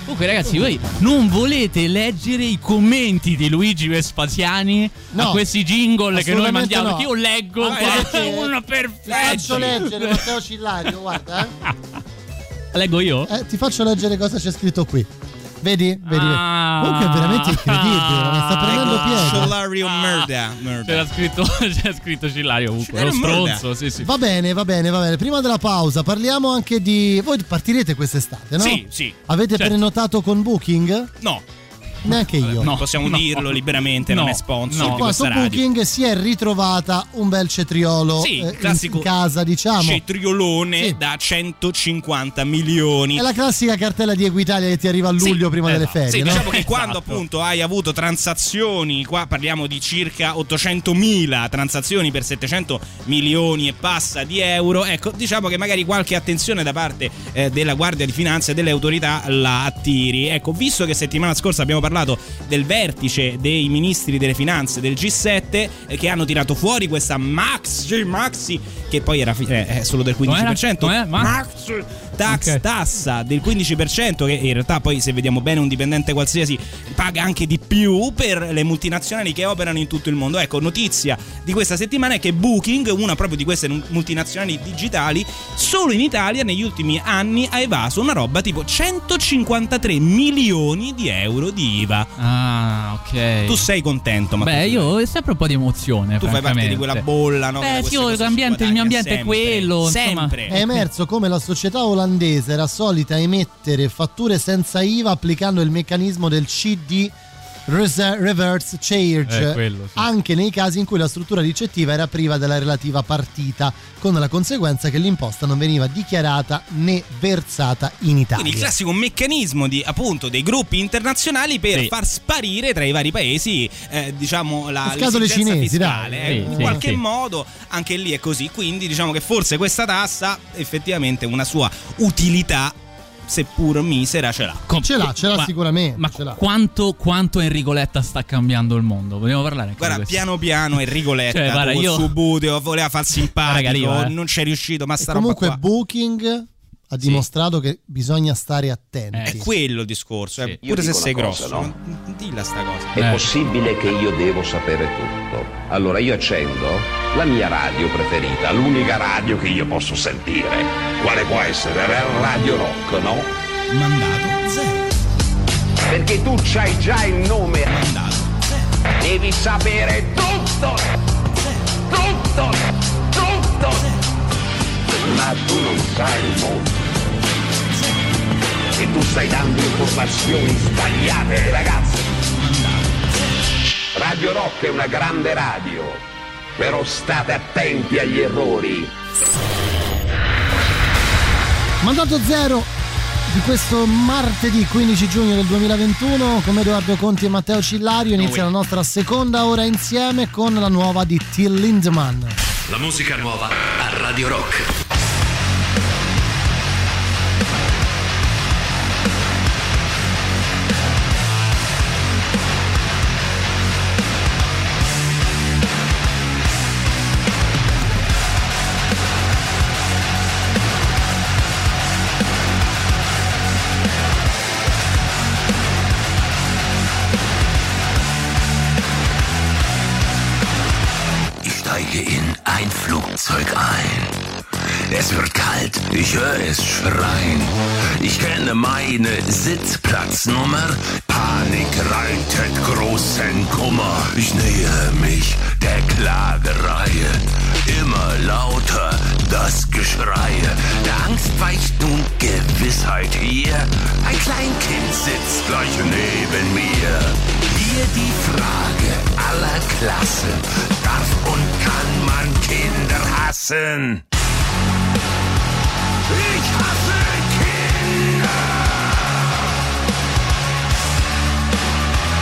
Comunque ragazzi, voi non volete leggere i commenti di Luigi Vespasiani no, a questi jingle che noi mandiamo? No. Che io leggo ah, qua eh, uno per ti faccio leggere Matteo Cillario, guarda eh. Leggo io? Eh, ti faccio leggere cosa c'è scritto qui. Vedi? Vedi? Ah, comunque è veramente incredibile, ma sta prendendo piede. Cillario merda. C'era scritto, c'era scritto Cillario ovunque. Lo stronzo, sì, sì. Va bene, va bene, va bene. Prima della pausa parliamo anche di. Voi partirete quest'estate, no? Sì, sì. Avete certo. prenotato con Booking? No. Neanche io. No, possiamo no, dirlo liberamente, no, non è sponsor. No, qua su Booking si è ritrovata un bel cetriolo sì, eh, classico in casa, diciamo. Cetriolone sì. da centocinquanta milioni. È la classica cartella di Equitalia che ti arriva a luglio sì, prima esatto. delle ferie. Sì, no? diciamo che esatto. quando appunto hai avuto transazioni, qua parliamo di circa ottocentomila transazioni per settecento milioni e passa di euro, ecco, diciamo che magari qualche attenzione da parte eh, della Guardia di Finanza e delle autorità la attiri. Ecco, visto che settimana scorsa abbiamo parlato del vertice dei ministri delle finanze del G sette eh, che hanno tirato fuori questa maxi maxi che poi era eh, è solo del quindici per cento Com'era? Com'era? maxi tax okay. tassa del quindici per cento che in realtà poi se vediamo bene un dipendente qualsiasi paga anche di più per le multinazionali che operano in tutto il mondo. Ecco, notizia di questa settimana è che Booking, una proprio di queste multinazionali digitali, solo in Italia negli ultimi anni ha evaso una roba tipo centocinquantatré milioni di euro di I V A. Ah, ok. Tu sei contento? Ma beh, io ho sempre un po' di emozione. Tu fai parte di quella bolla, no? Beh, sì, l'ambiente, il mio ambiente sempre, è quello. Sempre. È emerso come la società olandese era solita emettere fatture senza I V A applicando il meccanismo del C D reverse charge eh, quello, sì. anche nei casi in cui la struttura ricettiva era priva della relativa partita, con la conseguenza che l'imposta non veniva dichiarata né versata in Italia. Quindi il classico meccanismo di appunto dei gruppi internazionali per sì. far sparire tra i vari paesi eh, diciamo la scatole cinesi, fiscale dai. Eh, sì, in sì, qualche sì. modo anche lì è così, quindi diciamo che forse questa tassa effettivamente una sua utilità seppur misera ce l'ha. Com- ce l'ha, ce l'ha ma, sicuramente. Ma ce l'ha. Quanto, quanto Enrico Letta sta cambiando il mondo? Vogliamo parlare anche guarda, di questo? piano piano Enrico Letta cioè, guarda, con io... Subuteo voleva far simpatico, arriva, eh. non c'è riuscito, ma e sta comunque roba qua. Booking ha dimostrato sì. che bisogna stare attenti. È quello il discorso, eh. Sì. Pure se sei cosa, grosso, no? dilla sta cosa. È eh. possibile che io devo sapere tutto. Allora io accendo la mia radio preferita, l'unica radio che io posso sentire. Quale può essere? Radio Rock, no? Mandato zero. Perché tu c'hai già il nome. Mandato zero. Devi sapere tutto. Zero. Tutto. Tutto. Zero. Ma tu non sai il mondo. Zero. E tu stai dando informazioni sbagliate ai ragazzi. Mandato zero. Radio Rock è una grande radio. Però state attenti agli errori. Mandato zero di questo martedì quindici giugno del duemilaventuno con Edoardo Conti e Matteo Cillario inizia la nostra seconda ora insieme con la nuova di Till Lindemann. La musica nuova a Radio Rock. In ein Flugzeug ein. Es wird kalt, ich höre es schreien. Ich kenne meine Sitzplatznummer. Panik reitet großen Kummer. Ich nähe mich der Klagereihe. Immer lauter das Geschreie. Der Angst weicht nun Gewissheit hier. Ein Kleinkind sitzt gleich neben mir. Hier die Frage aller Klassen. Darf und kann man Kinder hassen? Ich hasse Kinder.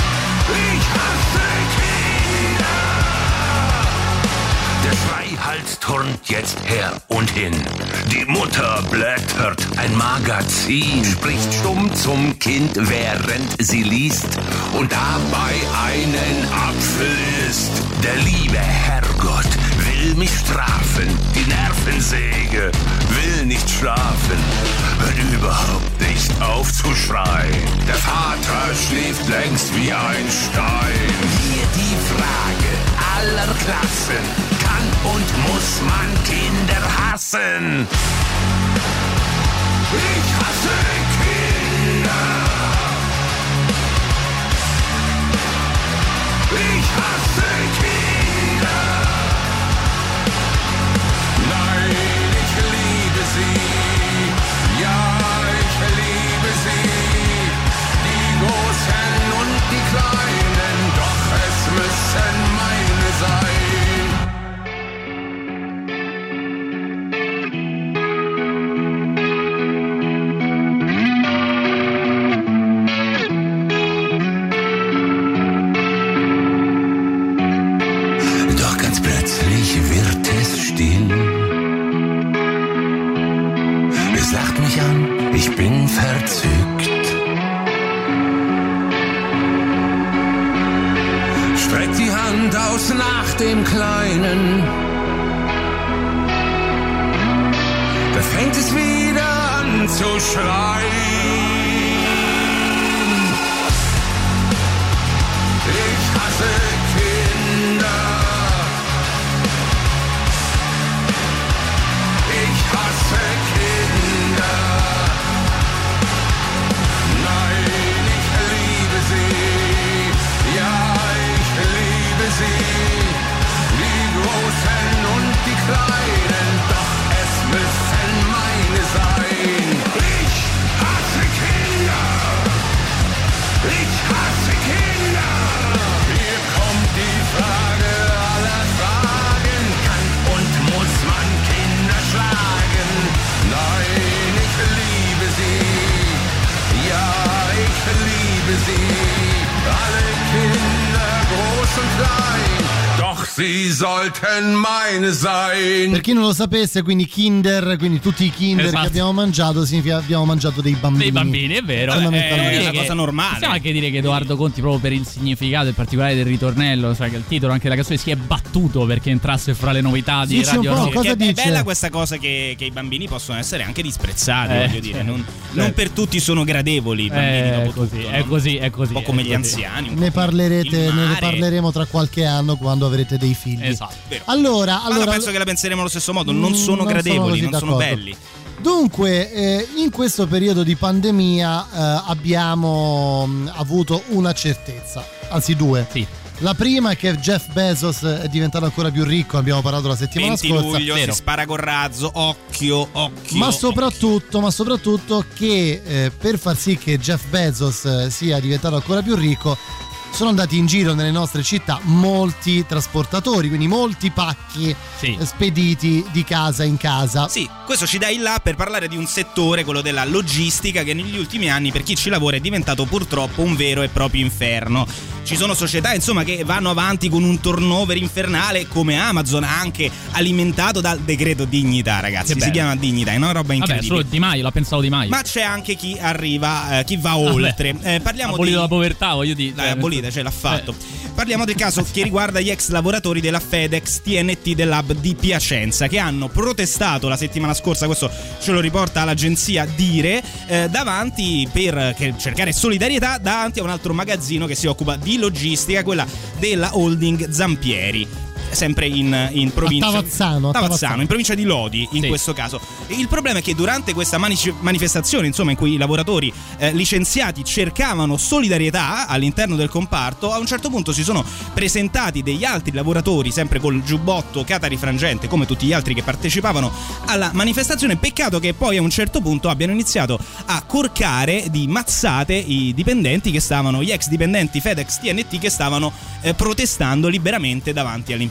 Ich hasse Kinder. Der Schrei hallt Max turnt jetzt her und hin. Die Mutter blättert ein Magazin, spricht stumm zum Kind, während sie liest und dabei einen Apfel isst. Der liebe Herrgott will mich strafen, die Nervensäge will nicht schlafen, hört überhaupt nicht auf zu schreien. Der Vater schläft längst wie ein Stein. Hier die Frage aller Klassen, kann und muss man Kinder hassen? Ich hasse Kinder. Ich hasse Kinder. Nein, ich liebe sie. Ja, ich liebe sie. Die Großen und die Kleinen, doch es müssen meine sein. Plötzlich wird es still. Es lacht mich an, ich bin verzückt. Streckt die Hand aus nach dem Kleinen. Da fängt es wieder an zu schreien. Ich hasse Kinder. Ich hasse Kinder. Nein, ich liebe sie. Ja, ich liebe sie. Die Großen und die Kleinen, doch es müssen meine sein. Ich hasse Kinder. Ich hasse Kinder. Hier kommt die Frage aller Fragen. Kann und muss man Kinder schlagen? Nein, ich liebe sie. Ja, ich liebe sie. Alle Kinder, groß und klein, doch sie sollten meine sein. Per chi non lo sapesse, quindi Kinder, quindi tutti i Kinder esatto. che abbiamo mangiato significa abbiamo mangiato dei bambini. Dei bambini, è vero. È una cosa normale. Possiamo anche dire che Edoardo Conti, proprio per il significato in particolare del ritornello, cioè che il titolo anche della canzone, si è battuto perché entrasse fra le novità di dice Radio Rock. Cosa è dice? bella questa cosa che, che i bambini possono essere anche disprezzati, eh, voglio dire. certo, Non, certo. non per tutti sono gradevoli i bambini, Eh, dopo così, tutto, è no? così, è così. Un po' come è gli così. anziani. Un Ne po' parlerete, il ne mare. parleremo tra qualche anno quando avrete dei figli. Esatto. Vero. Allora, Ma allora no, penso che la penseremo allo stesso modo. Non sono non gradevoli, sono non sono d'accordo. belli. Dunque, eh, in questo periodo di pandemia eh, abbiamo mh, avuto una certezza, anzi due. Sì. La prima è che Jeff Bezos è diventato ancora più ricco, abbiamo parlato la settimana venti scorsa. luglio Vero. si spara col razzo, occhio, occhio. Ma soprattutto, ma soprattutto che eh, per far sì che Jeff Bezos eh, sia diventato ancora più ricco, sono andati in giro nelle nostre città molti trasportatori, quindi molti pacchi Sì. eh, spediti di casa in casa. Sì, questo ci dà il là per parlare di un settore, quello della logistica, che negli ultimi anni per chi ci lavora è diventato purtroppo un vero e proprio inferno. Ci sono società, insomma, che vanno avanti con un turnover infernale, come Amazon, anche alimentato dal decreto dignità, ragazzi. Che Si bello. chiama dignità, è una roba Vabbè, incredibile. solo Di Maio, l'ha pensato Di Maio. Ma c'è anche chi arriva, eh, chi va oltre. Eh, parliamo abolito di la povertà, voglio dire. Dai, cioè, abolita, cioè l'ha fatto. Eh. Parliamo del caso che riguarda gli ex lavoratori della FedEx T N T dell'hub di Piacenza, che hanno protestato la settimana scorsa, questo ce lo riporta l'agenzia Dire, eh, davanti per che, cercare solidarietà davanti a un altro magazzino che si occupa di logistica, quella della holding Zampieri, sempre in, in provincia A Tavazzano, a Tavazzano, Tavazzano. in provincia di Lodi in Sì. questo caso. Il problema è che durante questa mani- manifestazione, insomma, in cui i lavoratori eh, licenziati cercavano solidarietà all'interno del comparto, a un certo punto si sono presentati degli altri lavoratori, sempre col giubbotto catarifrangente come tutti gli altri che partecipavano alla manifestazione. Peccato che poi a un certo punto abbiano iniziato a corcare di mazzate i dipendenti che stavano, gli ex dipendenti FedEx T N T che stavano eh, protestando liberamente davanti all'impianto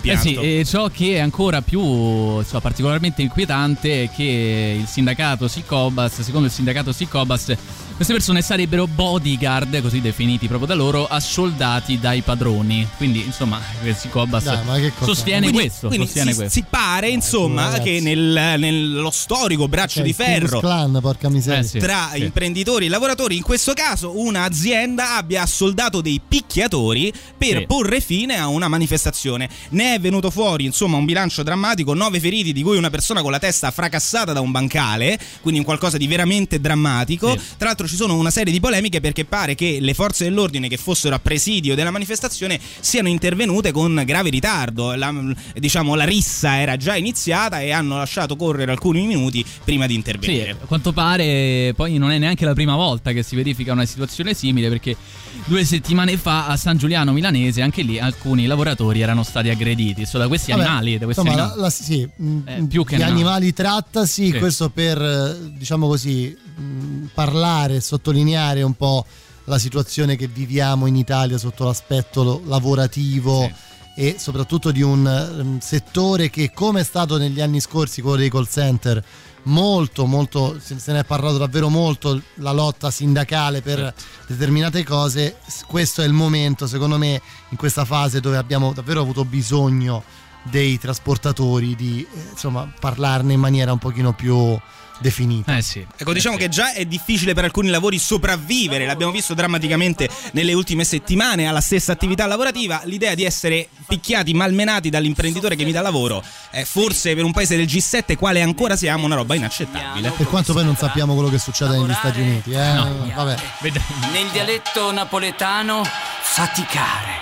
l'impianto. Eh sì, e ciò che è ancora più insomma, particolarmente inquietante è che il sindacato Sicobas, secondo il sindacato Sicobas, queste persone sarebbero bodyguard, così definiti proprio da loro, assoldati dai padroni. Quindi, insomma, il Sicobas Dai, sostiene quindi, questo. Quindi sostiene si, questo. si pare, insomma, ragazzi. che nel, nello storico braccio Cioè, di ferro Clan, porca miseria. Eh sì. tra sì. imprenditori e lavoratori, in questo caso un'azienda abbia assoldato dei picchiatori per Sì. porre fine a una manifestazione. Ne è venuto fuori, insomma, un bilancio drammatico, nove feriti, di cui una persona con la testa fracassata da un bancale, quindi un qualcosa di veramente drammatico. Sì. Tra l'altro ci sono una serie di polemiche perché pare che le forze dell'ordine che fossero a presidio della manifestazione siano intervenute con grave ritardo. La, diciamo, la rissa era già iniziata e hanno lasciato correre alcuni minuti prima di Sì, intervenire. a quanto pare poi non è neanche la prima volta che si verifica una situazione simile, perché due settimane fa a San Giuliano Milanese anche lì alcuni lavoratori erano stati aggrediti. So, da questi Vabbè, animali, da questi insomma, animali. la, la, sì, Eh, più che di animali. animali trattasi, Sì. questo per, eh, diciamo così, mh, parlare, sottolineare un po' la situazione che viviamo in Italia sotto l'aspetto lo- lavorativo. Sì. E soprattutto di un um, settore che, come è stato negli anni scorsi quello dei call center, molto molto se, se ne è parlato davvero molto, la lotta sindacale per Certo. determinate cose. S- questo è il momento, secondo me, in questa fase dove abbiamo davvero avuto bisogno dei trasportatori di eh, insomma parlarne in maniera un pochino più definita. Eh sì. Ecco, diciamo che già è difficile per alcuni lavori sopravvivere, l'abbiamo visto drammaticamente nelle ultime settimane alla stessa attività lavorativa. L'idea di essere picchiati, malmenati dall'imprenditore che mi dà lavoro è forse per un paese del G sette, quale ancora siamo, una roba inaccettabile. Per quanto poi non sappiamo quello che succede negli Stati Uniti, eh? No. Vabbè. Nel dialetto napoletano, faticare.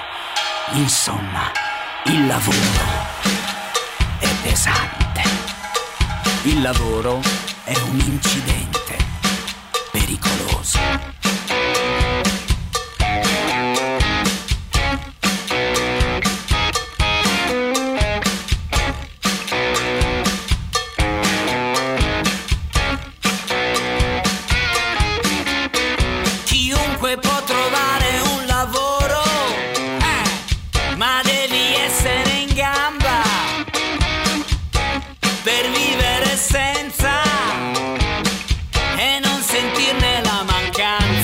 Insomma, il lavoro è pesante. Il lavoro è un incidente pericoloso. Chiunque può trovare un lavoro, eh, ma devi essere in gamba per vivere senza e non sentirne la mancanza.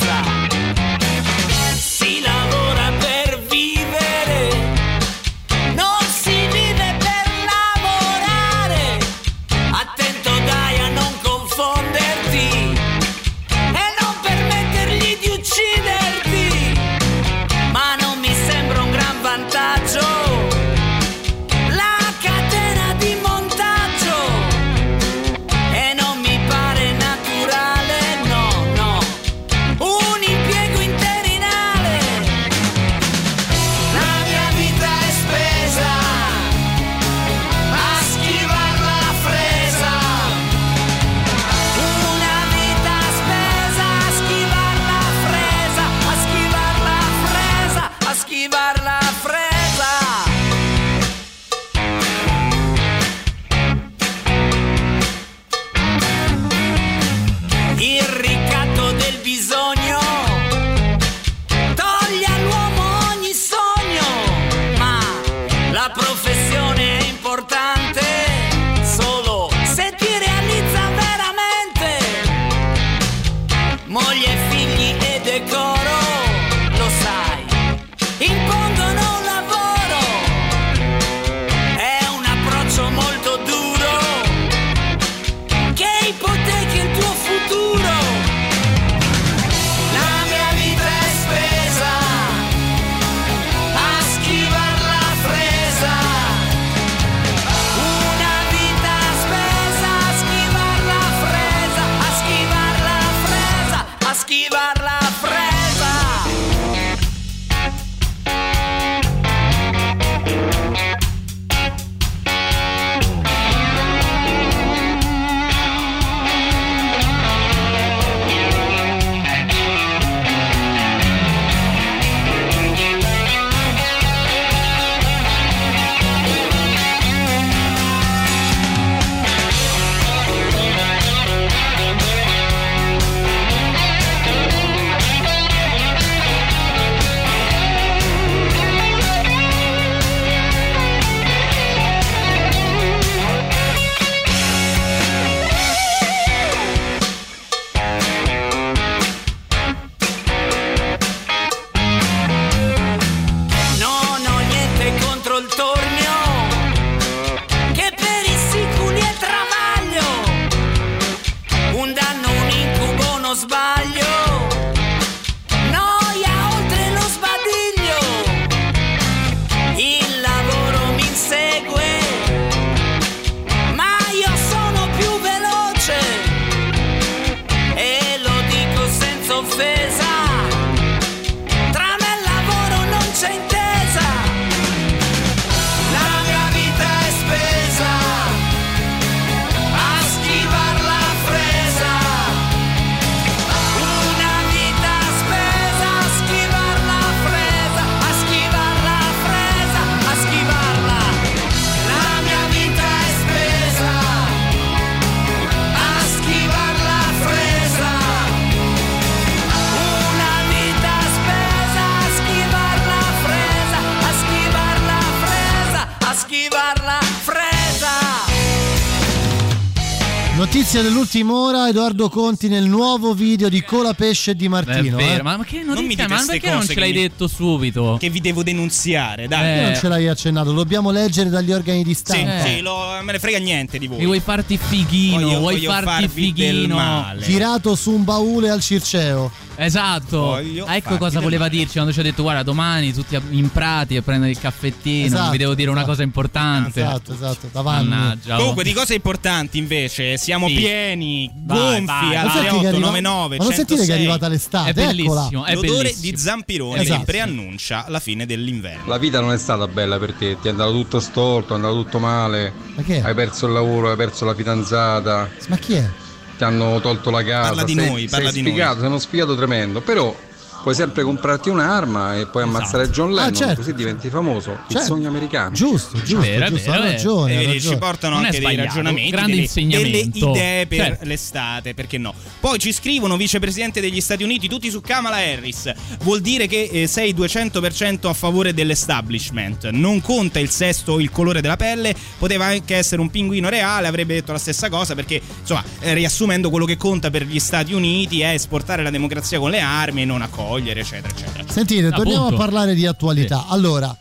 Notizia dell'ultima ora, Edoardo Conti nel nuovo video di Colapesce Di Martino. È vero, eh. ma, ma che Non mi notizia? dite Ma ste perché non cose ce che l'hai mi- detto subito? Che vi devo denunziare, dai. Perché Eh. non ce l'hai accennato? Lo dobbiamo leggere dagli organi di Sì, stampa. sì, lo- me ne frega niente di voi. Mi vuoi farti fighino? Voglio- vuoi voglio farti farvi del fighino? male. Girato su un baule al Circeo. Esatto. Voglio Ah, ecco farti cosa del voleva male. dirci quando ci ha detto guarda domani tutti in Prati a prendere il caffettino. Esatto, vi devo dire una esatto. cosa importante. Esatto, esatto, davanti. Mannaggia. oh. Comunque di cose importanti invece siamo Sì. pieni, Vai, gonfi vai, al Ma senti tre che otto arriva- nove nove ma non sentite che è centosei. arrivata l'estate? È bellissimo, Eccola. è L'odore bellissimo. di Zampirone Esatto. che preannuncia la fine dell'inverno. La vita non è stata bella per te, ti è andato tutto storto, è andato tutto male, Ma che è? hai perso il lavoro, hai perso la fidanzata, Ma chi è? ti hanno tolto la casa, Parla di sei, noi, parla sei di sfigato, noi. sei uno sfigato tremendo, però puoi sempre comprarti un'arma e poi ammazzare John Lennon, Ah, certo. così diventi famoso, il Certo. sogno americano. Giusto, giusto, Vero, è giusto, vero, ha è- ragione, E ha vedi, ragione. ci portano Non è anche dei sbagliato, ragionamenti, grande delle, insegnamento. delle idee per Certo. l'estate, perché no? Poi ci scrivono vicepresidente degli Stati Uniti, tutti su Kamala Harris. Vuol dire che eh, sei duecento per cento a favore dell'establishment. Non conta il sesso o il colore della pelle, poteva anche essere un pinguino reale, avrebbe detto la stessa cosa, perché insomma, eh, riassumendo, quello che conta per gli Stati Uniti è esportare la democrazia con le armi e non accogliere, eccetera, eccetera. Sentite, torniamo Appunto. a parlare di attualità. Allora,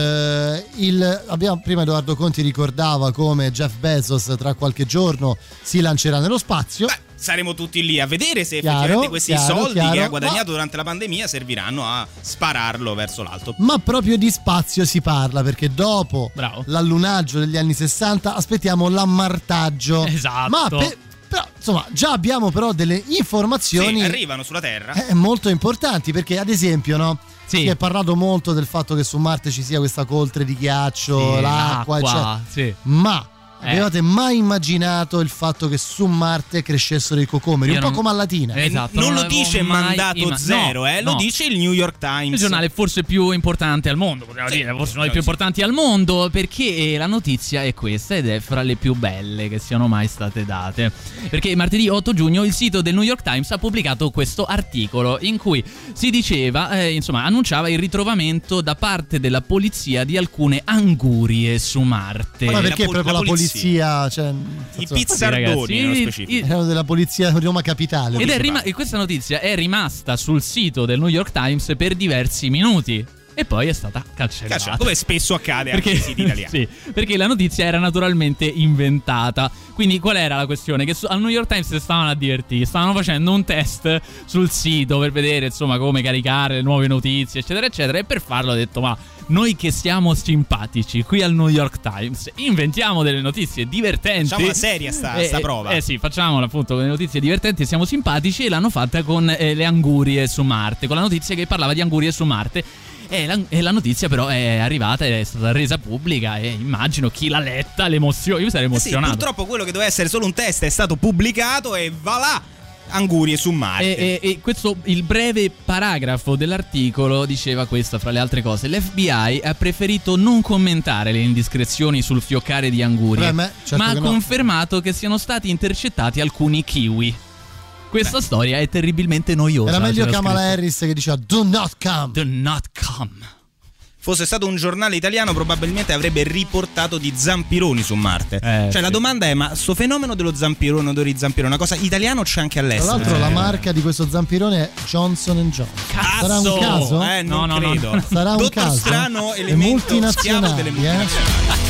eh, il, abbiamo, prima Edoardo Conti ricordava come Jeff Bezos tra qualche giorno si lancerà nello spazio. Beh, saremo tutti lì a vedere se Chiaro, effettivamente questi chiaro, soldi chiaro, che ha guadagnato ma- durante la pandemia serviranno a spararlo verso l'alto. Ma proprio di spazio si parla, perché dopo Bravo. l'allunaggio degli anni sessanta aspettiamo l'ammartaggio. Esatto. Ma pe- però, insomma, già abbiamo però delle informazioni Sì, arrivano sulla Terra. eh, molto importanti, perché ad esempio, no? Sì. Si è parlato molto del fatto che su Marte ci sia questa coltre di ghiaccio, Sì, l'acqua, l'acqua, eccetera. sì. Ma Eh. avevate mai immaginato il fatto che su Marte crescessero i cocomeri? Io Un po' non- come a Latina. Eh, Esatto, non, non lo l'avevo dice mai mandato imma- zero, no, eh, lo no. dice il New York Times. Il giornale forse più importante al mondo, potremmo Sì, dire, forse uno dei sì. più importanti al mondo, perché eh, la notizia è questa ed è fra le più belle che siano mai state date. Perché martedì otto giugno il sito del New York Times ha pubblicato questo articolo in cui si diceva, eh, insomma, annunciava il ritrovamento da parte della polizia di alcune angurie su Marte. Ma la perché pol- proprio la la polizia? Cioè, I insomma, pizzardoni ragazzi, nello i- specifico. i- erano della polizia di Roma Capitale. Ed è dice rima- Paolo. e questa notizia è rimasta sul sito del New York Times per diversi minuti e poi è stata cancellata. Caccia, come spesso accade anche Perché, nei siti italiani. sì, perché la notizia era naturalmente inventata. Quindi qual era la questione? Che su- al New York Times stavano a divertire, stavano facendo un test sul sito per vedere insomma come caricare le nuove notizie eccetera eccetera, e per farlo ho detto ma noi che siamo simpatici qui al New York Times inventiamo delle notizie divertenti. Facciamo una seria sta, Eh, sta eh, prova. Eh sì, facciamola appunto con le notizie divertenti, siamo simpatici, e l'hanno fatta con eh, le angurie su Marte, con la notizia che parlava di angurie su Marte. E la, e la notizia però è arrivata ed è stata resa pubblica, e immagino chi l'ha letta l'emozione, io mi sarei Eh sì, emozionato. purtroppo quello che doveva essere solo un test è stato pubblicato e va là, angurie su Marte. E, e- e questo, il breve paragrafo dell'articolo diceva questo, fra le altre cose: l'F B I ha preferito non commentare le indiscrezioni sul fioccare di angurie, Beh, me- certo ma ha che no. confermato che siano stati intercettati alcuni kiwi. Questa storia è terribilmente noiosa. Era meglio c'era Kamala scritto. Harris che diceva do not come. Do not come. Fosse stato un giornale italiano probabilmente avrebbe riportato di zampironi su Marte. Eh, cioè la sì. domanda è: ma sto fenomeno dello zampirone, odore di zampirone, una cosa italiana o c'è anche Tra all'estero? l'altro Eh. la marca di questo zampirone è Johnson and Johnson. Sarà un Cazzo! caso? Eh, non No, no, no, credo. no. Sarà un Dottor caso? Strano, È elemento schiavo delle multinazionali, eh? multinazionali.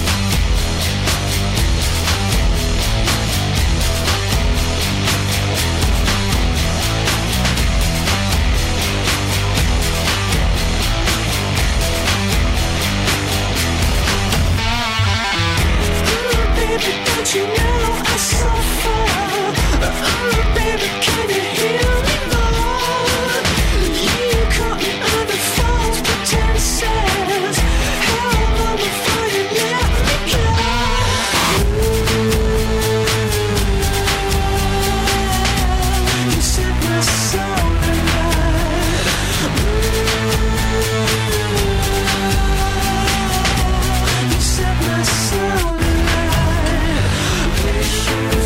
Set my soul alight.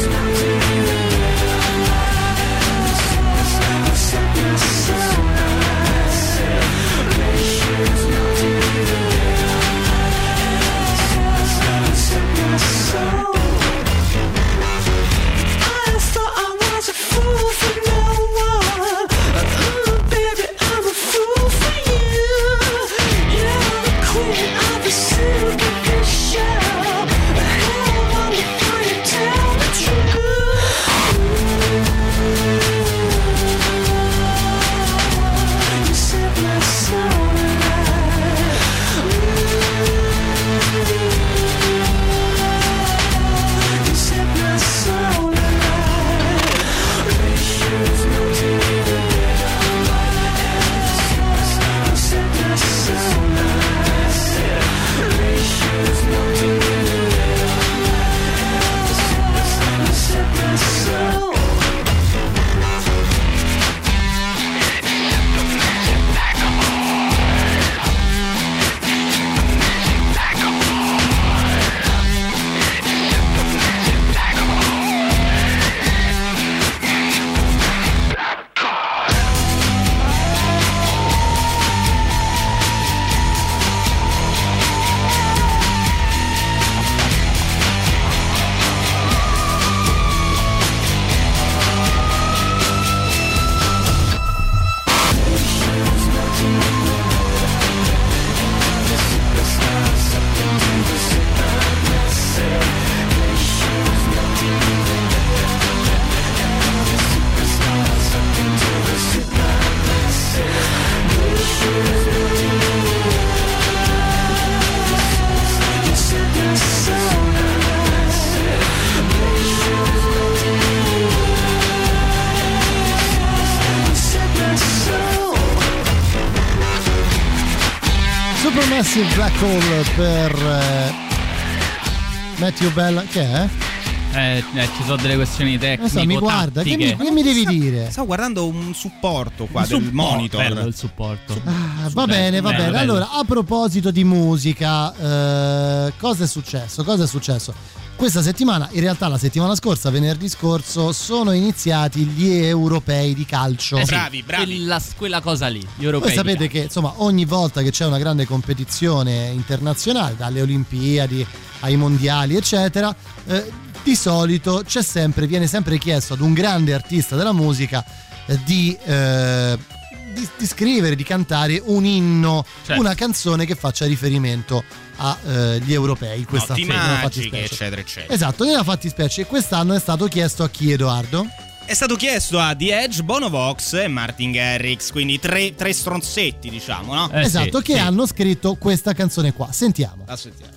Massive Black Hole per eh, Matthew Bell, che è? Eh, eh, ci sono delle questioni tecniche. So, mi guarda, che mi, che mi devi dire? Stavo guardando un supporto qua un del supporto, monitor. Bello il supporto. Ah, va bene, va bello, bene. bello. Allora, a proposito di musica, eh, cosa è successo? Cosa è successo? Questa settimana, in realtà la settimana scorsa, venerdì scorso, sono iniziati gli europei di calcio. Eh sì, bravi, bravi. Quella, quella cosa lì, gli europei. Voi sapete che insomma ogni volta che c'è una grande competizione internazionale, dalle Olimpiadi ai mondiali, eccetera, eh, di solito c'è sempre, viene sempre chiesto ad un grande artista della musica eh, di, eh, di, di scrivere, di cantare un inno, certo. una canzone che faccia riferimento agli eh, europei. Questa Notti magiche, eccetera, eccetera. Esatto, nella fattispecie quest'anno è stato chiesto a chi, Edoardo? È stato chiesto a The Edge, Bono Vox e Martin Garrix, quindi tre, tre stronzetti, diciamo, no? Eh, esatto, sì, che sì. hanno scritto questa canzone qua. Sentiamo. La sentiamo.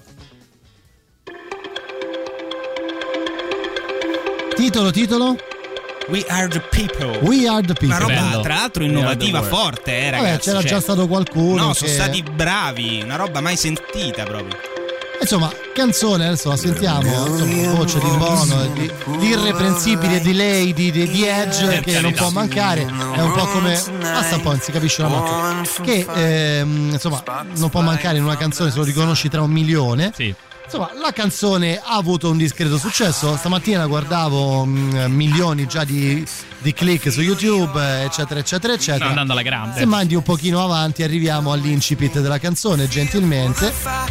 Titolo, titolo? We Are the People. We Are the People. Una roba Bello. tra l'altro innovativa forte, eh, ragazzi. Vabbè, c'era cioè, già stato qualcuno. No, che... sono stati bravi, una roba mai sentita proprio. Insomma, canzone, adesso la sentiamo. Insomma, voce di Bono, di, di irreprensibile delay di, di, di Edge, che non può mancare. È un po' come. Basta un po', non si capisce una mazza. Che ehm, insomma, non può mancare in una canzone se lo riconosci tra un milione. Sì. Insomma, la canzone ha avuto un discreto successo. Stamattina guardavo mh, milioni già di, di click su YouTube, eccetera, eccetera, eccetera. Sta andando alla grande. Se mandi un pochino avanti, arriviamo all'incipit della canzone, gentilmente.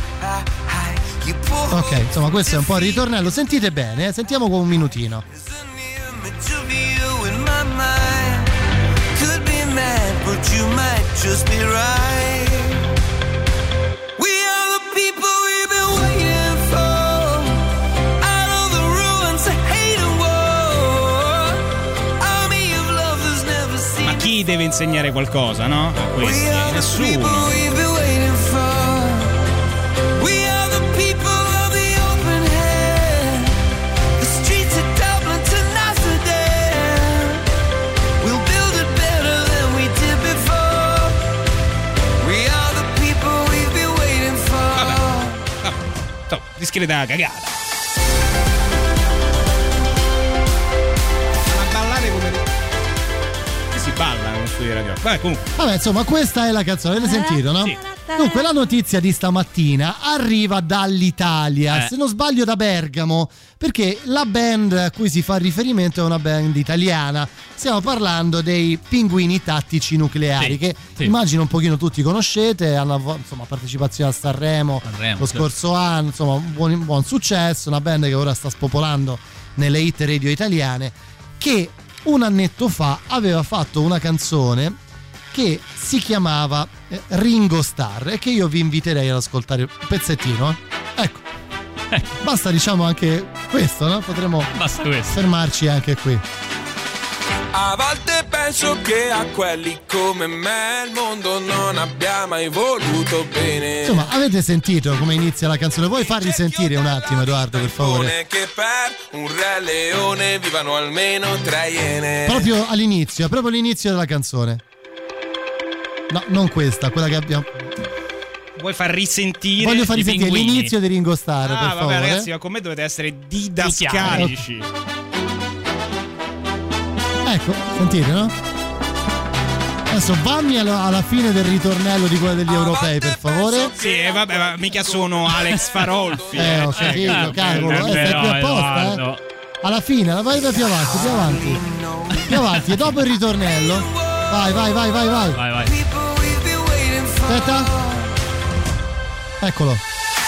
Ok, insomma, questo è un po' il ritornello. Sentite bene, eh? Sentiamo con un minutino. Chi deve insegnare qualcosa, no? A questi, nessuno. Vabbè, discreta cagata. Si balla nello studio di radio. Vabbè, comunque. Vabbè, insomma, questa è la canzone, avete sentito, no? Sì. Dunque, la notizia di stamattina arriva dall'Italia, Eh. se non sbaglio da Bergamo, perché la band a cui si fa riferimento è una band italiana. Stiamo parlando dei Pinguini Tattici Nucleari, Sì, che sì. immagino un pochino tutti conoscete, hanno avuto, insomma, partecipazione a Sanremo, Sanremo, lo sì. scorso anno, insomma, un buon, buon successo, una band che ora sta spopolando nelle hit radio italiane, che un annetto fa aveva fatto una canzone che si chiamava eh, Ringo Starr e che io vi inviterei ad ascoltare un pezzettino. eh. Ecco, basta, diciamo, anche questo, no? Potremmo Basta questo. fermarci anche qui. A volte penso che a quelli come me il mondo non abbia mai voluto bene. Insomma, avete sentito come inizia la canzone? Vuoi far risentire un attimo, Edoardo, per favore? Che per un re leone vivano almeno tre iene. Proprio all'inizio, proprio all'inizio della canzone. No, non questa, quella che abbiamo. Vuoi far risentire? Voglio far i risentire pinguini? l'inizio di Ringo Starr, Ah, per vabbè, favore. ragazzi, ma con me dovete essere didascalici. Ecco, sentite, no? Adesso vammi alla, alla fine del ritornello di quella degli europei, per favore. Sì, eh, vabbè, ma mica sono Alex Farolfi. Eh, ho capito, cavolo, eh, stai qui apposta, eh. Alla fine, vai, vai più avanti, più avanti. Più avanti, e dopo il ritornello. Vai, vai, vai, vai, vai. Vai, vai. Aspetta. Eccolo.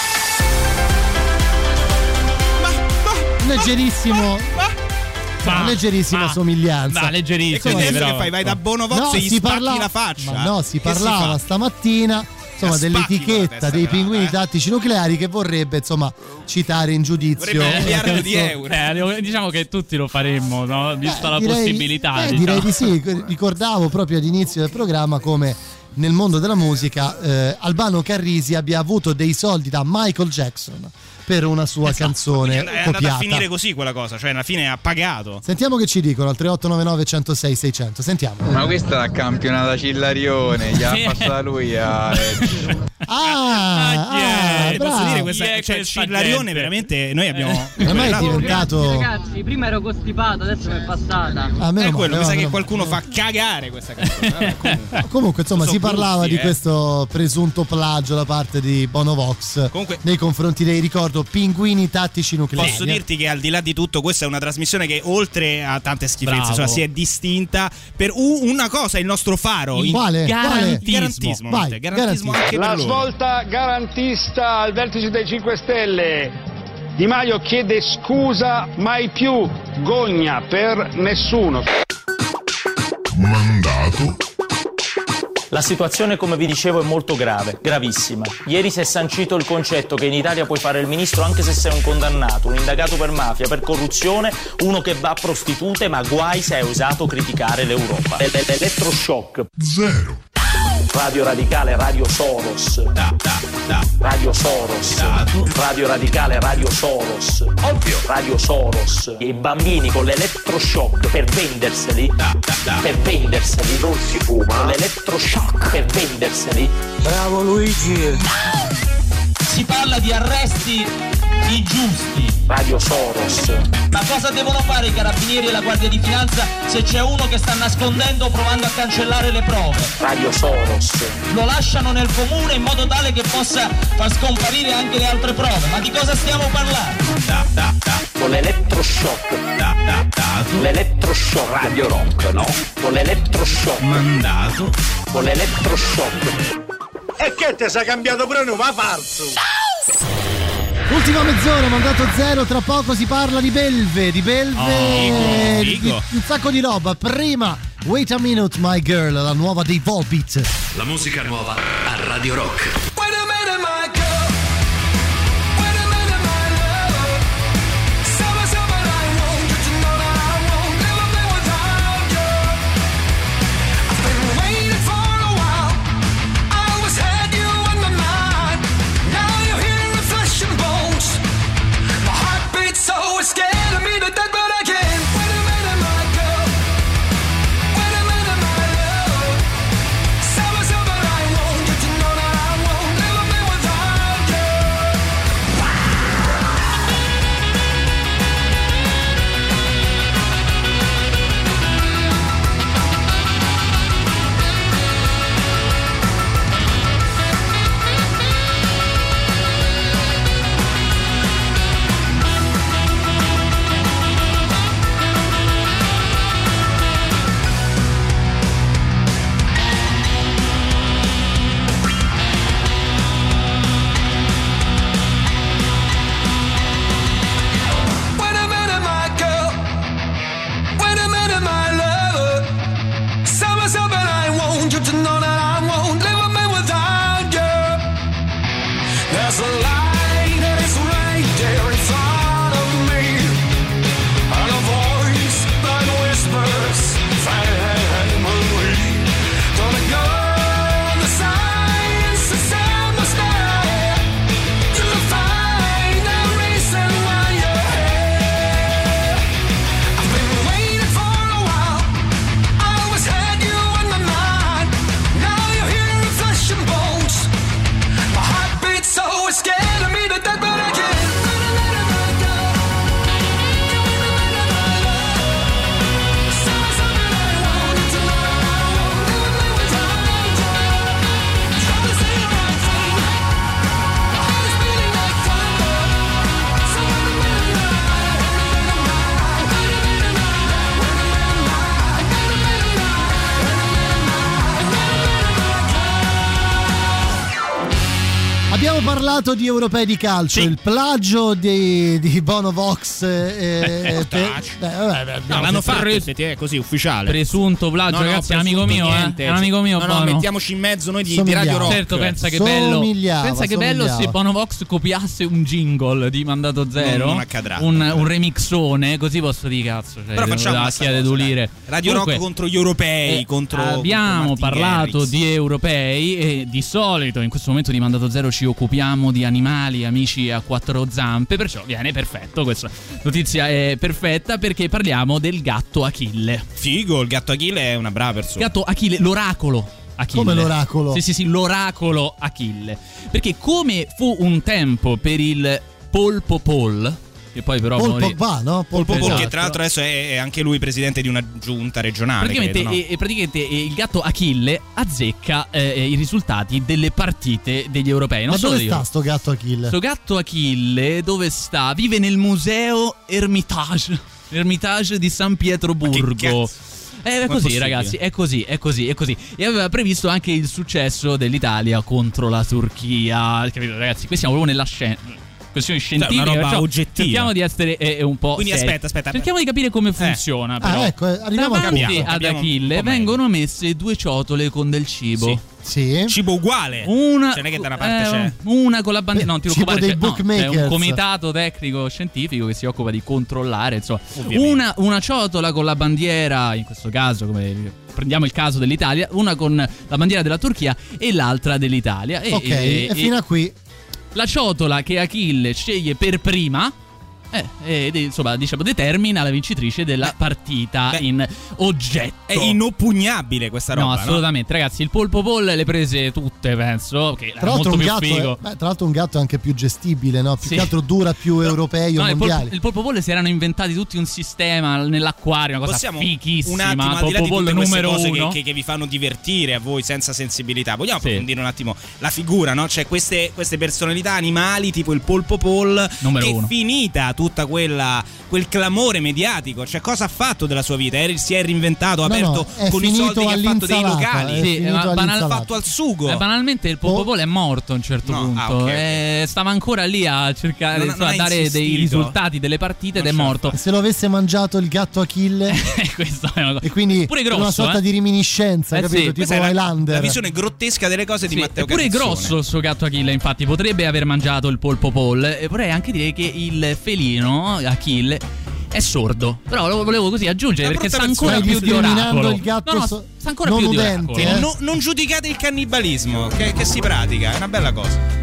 Leggerissimo. Ma, leggerissima ma, somiglianza. Ma leggerissimo. E quindi adesso però, che fai? Vai da Bono Vox No, e gli si spacchi parla- la faccia. Ma no, si Che si parlava fa? stamattina, insomma, La dell'etichetta spacchi con la testa dei pelata, pinguini eh? tattici nucleari, che vorrebbe, insomma, citare in giudizio Vorrebbe un una miliardo di canzone. euro. Eh, diciamo che tutti lo faremmo, no? Vista la Direi- possibilità. eh, diciamo. direi di sì. Ricordavo proprio all'inizio del programma come nel mondo della musica eh, Albano Carrisi abbia avuto dei soldi da Michael Jackson per una sua esatto. canzone è copiata. È andata a finire così quella cosa, cioè alla fine ha pagato. Sentiamo che ci dicono al tre otto nove nove uno zero sei sei zero zero. Sentiamo. Ma questa è la campionata Cillarione, gli ha passata lui a Ah, ah, eh, posso dire questa, cioè Cillarione veramente noi abbiamo eh. ormai è diventato. Ragazzi, prima ero costipato, adesso mi è passata. Ah, è quello, mi sa che no, qualcuno no. fa cagare questa canzone. comunque. comunque insomma si parlava gusti, di eh. questo presunto plagio da parte di Bono Vox comunque, nei confronti dei, ricordo, pinguini tattici nucleari. Posso dirti che al di là di tutto questa è una trasmissione che oltre a tante schifezze insomma, si è distinta per una cosa, il nostro faro. In quale? Garantismo. Garantismo, Vai, garantismo anche la per loro. Svolta garantista al vertice dei cinque Stelle. Di Maio chiede scusa, mai più gogna per nessuno. Mandato. La situazione, come vi dicevo, è molto grave, gravissima. Ieri si è sancito il concetto che in Italia puoi fare il ministro anche se sei un condannato, un indagato per mafia, per corruzione, uno che va a prostitute, ma guai se hai osato criticare l'Europa. L'elettroshock. Zero. Radio Radicale, Radio Soros. Da, da, da. Radio Soros. Dato. Radio Radicale, Radio Soros. Ovvio. Radio Soros. I bambini con l'elettroshock per venderseli. Da, da, da. Per venderseli. Non si fuma. Con l'elettroshock per venderseli. Bravo Luigi. Si parla di arresti ingiusti. Radio Soros. Ma cosa devono fare i carabinieri e la Guardia di Finanza se c'è uno che sta nascondendo o provando a cancellare le prove? Radio Soros. Lo lasciano nel comune in modo tale che possa far scomparire anche le altre prove. Ma di cosa stiamo parlando? Da, da, da. Con l'elettroshock. Da, da, da. L'elettroshock. Radio Rock, no? Con l'elettroshock. Mandato. Con l'elettroshock. E che te sei cambiato pronome, ma falso? Ultima mezz'ora, mandato zero, tra poco si parla di Belve, di Belve, oh, di, di, un sacco di roba. Prima, Wait a Minute My Girl, la nuova dei Volbeat. La musica nuova a Radio Rock. Abbiamo parlato di europei di calcio, sì. Il plagio di, di Bono Vox. Eh, per, beh, vabbè, no, l'hanno fatto, è così ufficiale. Presunto plagio, no, ragazzi, no, è un amico mio, niente, eh. È un amico mio. No, Bono. no, mettiamoci in mezzo noi di, di Radio Rock. Certo, pensa che bello. Pensa che bello se Bono Vox copiasse un jingle di Mandato Zero. Non, non accadrà. Un, un remixone, così posso dire cazzo. Cioè, però facciamo la chiede d'ulire. Radio Comunque, Rock contro gli europei. Eh, contro, abbiamo contro parlato Garrix. di europei e di solito in questo momento di Mandato Zero ci occupiamo abbiamo di animali amici a quattro zampe, perciò viene perfetto, questa notizia è perfetta perché parliamo del gatto Achille. Figo, il gatto Achille è una brava persona. Gatto Achille, l'oracolo Achille. Come l'oracolo? Sì, sì, sì, l'oracolo Achille. Perché come fu un tempo per il polpo Paul, che poi però Paul morì... Pogba, no? Paul Pogba, esatto. che tra l'altro adesso è anche lui presidente di una giunta regionale. Praticamente, credo, no? e, praticamente il gatto Achille azzecca eh, i risultati delle partite degli europei. Non Ma solo dove degli sta sto gatto Achille? Sto gatto Achille dove sta? Vive nel museo Hermitage, Hermitage di San Pietroburgo. Eh, è così, ragazzi, è così, è così, è così. E aveva previsto anche il successo dell'Italia contro la Turchia. Capito, ragazzi? Qui siamo proprio nella scena. Questioni scientifiche, una roba cioè, oggettiva. Cerchiamo di essere eh, un po'. Quindi seri. aspetta, aspetta. Cerchiamo di capire come funziona. Eh. Però. Ah, ecco, arriviamo a Davanti capire. ad Achille vengono messe due ciotole con del cibo. Sì. Sì. Cibo uguale. Una, cioè, non è che da una parte eh, c'è. una con la bandiera. Non ti Cibo preoccupare, dei c'è, no, c'è bookmakers. un comitato tecnico scientifico che si occupa di controllare. Insomma, Ovviamente. una, una ciotola con la bandiera, in questo caso, come prendiamo il caso dell'Italia, una con la bandiera della Turchia e l'altra dell'Italia. E, Ok, e, e fino a qui. La ciotola che Achille sceglie per prima eh, ed, insomma, diciamo, determina la vincitrice della partita beh, in oggetto. È inoppugnabile questa roba. No, assolutamente, no? Ragazzi, il polpo Paul le prese tutte, penso. Che Tra l'altro, molto un più gatto figo. è, beh, tra l'altro un gatto è anche più gestibile, no? Più Sì. che altro dura più europei o No, il, mondiali. polpo, il polpo Paul si erano inventati tutti un sistema nell'acquario, una cosa Possiamo fichissima. un attimo, al di là di Polpo tutte Paul queste numero cose uno. che, che, che vi fanno divertire a voi senza sensibilità, vogliamo Sì. approfondire un attimo la figura, no? Cioè queste, queste personalità animali tipo il polpo Paul, Numero che uno. è finita tutta quella quel clamore mediatico, cioè cosa ha fatto della sua vita? Er- si è reinventato, ha No, aperto no, è con i finito soldi che ha fatto dei all'insalata, locali, è Sì, finito ma banal- all'insalata. fatto al sugo. Eh, banalmente il polpo Oh. Paul è morto a un certo No, punto. ah, ok, ok. Eh, stava ancora lì a cercare Non- insomma, non a ha dare dei insistito. risultati delle partite ed è Non ce l'ha morto. Se lo avesse mangiato il gatto Achille Questo è una cosa. e quindi Pure una grosso, sorta eh? di reminiscenza, Eh capito? sì, Tipo Questa è la- Highlander. la visione grottesca delle cose di Sì, Matteo è pure Canzone. grosso il suo gatto Achille, infatti potrebbe aver mangiato il polpo Paul. E vorrei anche dire che il felino Achille è sordo. Però lo volevo così aggiungere Una perché sa brutta ancora persona. più di Stai discriminando oracolo. il gatto no, no, so- sa ancora non più di udente, oracolo. eh? No- non giudicate il cannibalismo che, che si pratica, è una bella cosa.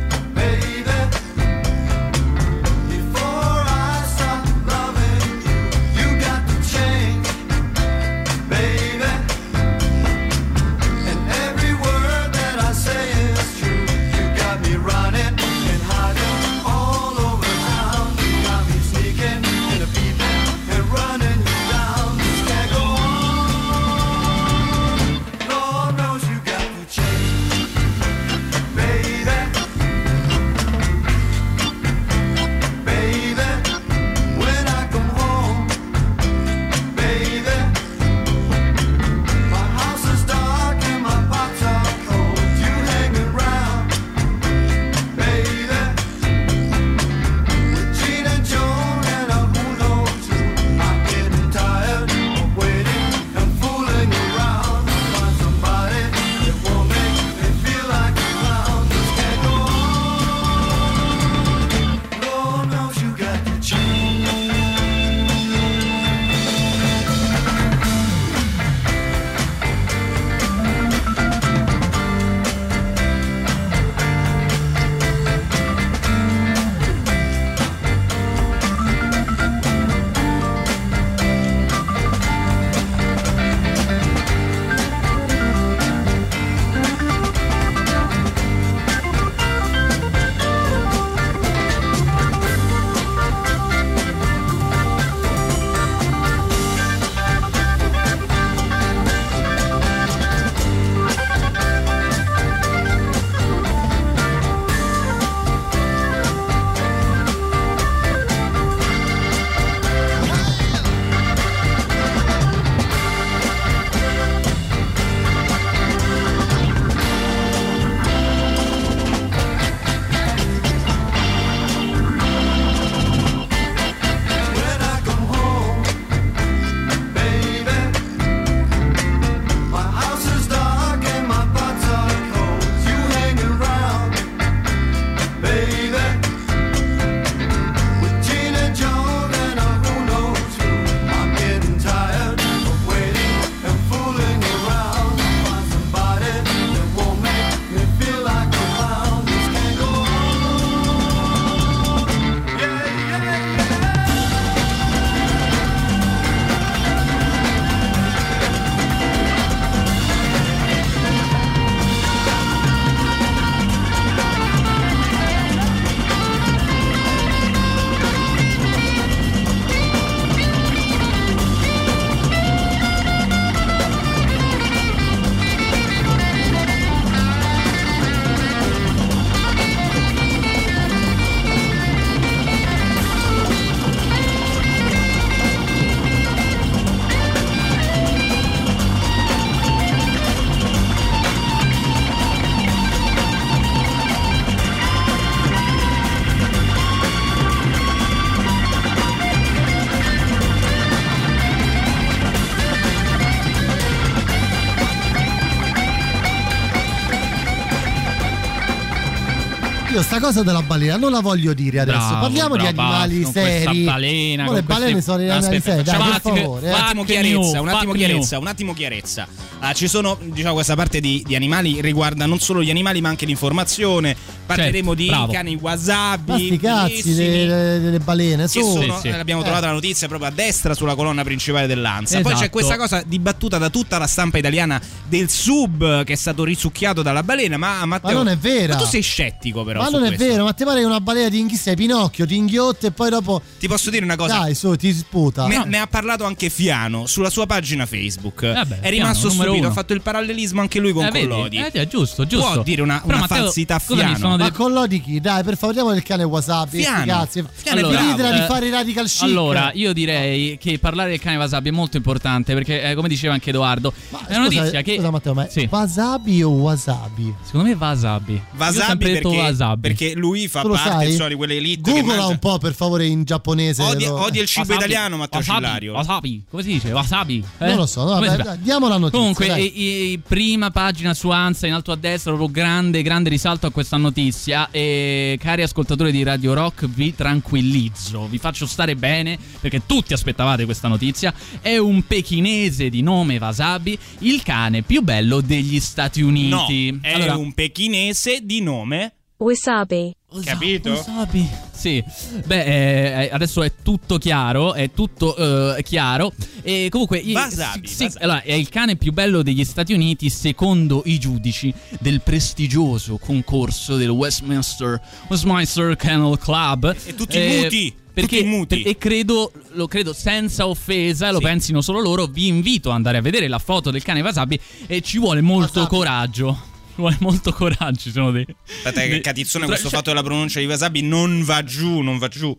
Io sta cosa della balena non la voglio dire adesso. Bravo, Parliamo bravo, di animali con seri. questa balena, no, con le balene queste... sono gli animali Aspetta, seri. Dai, facciamo per un attimo, favore. un Eh. attimo chiarezza, un attimo chiarezza, un attimo chiarezza. Ah, ci sono, diciamo, questa parte di, di animali riguarda non solo gli animali ma anche l'informazione. Parleremo Certo, di bravo. cani wasabi. Ma sti cazzi delle, delle balene Che su. sono, Sì, sì. abbiamo Eh. trovato la notizia proprio a destra sulla colonna principale dell'Ansa. Poi Esatto. c'è questa cosa dibattuta da tutta la stampa italiana del sub che è stato risucchiato dalla balena. Ma Matteo, Ma non è vera. Ma tu sei scettico, però. Ma su non è questo. vero, ma ti pare che una balena ti inghissa Pinocchio, ti inghiotte e poi dopo. Ti posso dire una cosa? Dai, su, ti sputa. Ne, No. ne ha parlato anche Fiano sulla sua pagina Facebook. Vabbè, è rimasto Fiano, numero stupito, uno. ha fatto il parallelismo anche lui con Eh, vedi? Collodi. Eh, è giusto, giusto. Può dire una, Però, una Matteo, falsità scusami, Fiano. sono delle- Ma Collodi chi? Dai, per favore, parliamo del cane wasabi. Fiano. sti cazzi. Fiano è Allora, bravo. finitela di eh, fare i radical chic. Allora, io direi che parlare del cane wasabi è molto importante perché, eh, come diceva anche Edoardo, è una Scusa, notizia che. Scusa Matteo, ma è wasabi o wasabi? Secondo me è wasabi. Io ho Wasabi sempre detto perché, wasabi. perché lui fa Tu lo parte sai? insomma, di quelle elite che Googla mangia. un po' per favore in giapponese. Odia, lo- odia il cibo Wasabi, italiano, Matteo wasabi, Cillario. Wasabi, come si dice? Wasabi? Eh? Non lo so, no, Come si vabbè, fa? dai, diamo la notizia. Comunque, dai. e- e- prima pagina su Ansa in alto a destra, proprio grande, grande risalto a questa notizia. E cari ascoltatori di Radio Rock, vi tranquillizzo, vi faccio stare bene perché tutti aspettavate questa notizia. È un pechinese di nome Wasabi, il cane più bello degli Stati Uniti. No, è Allora, un pechinese di nome Wasabi. Capito? Wasabi. Sì, beh, eh, adesso è tutto chiaro, è tutto eh, chiaro. E comunque, i- Wasabi, sì, wasabi. allora, è il cane più bello degli Stati Uniti secondo i giudici del prestigioso concorso del Westminster Westminster Kennel Club. E tutti muti. Perché, tutti muti. per- e credo, lo credo senza offesa, lo Sì. pensino solo loro. Vi invito ad andare a vedere la foto del cane Wasabi e ci vuole molto Wasabi. coraggio. Ci vuole molto coraggio. Ci sono dei. Aspetta, che dei- catizzone, tra- questo cioè- fatto della pronuncia di Wasabi non va giù, non va giù.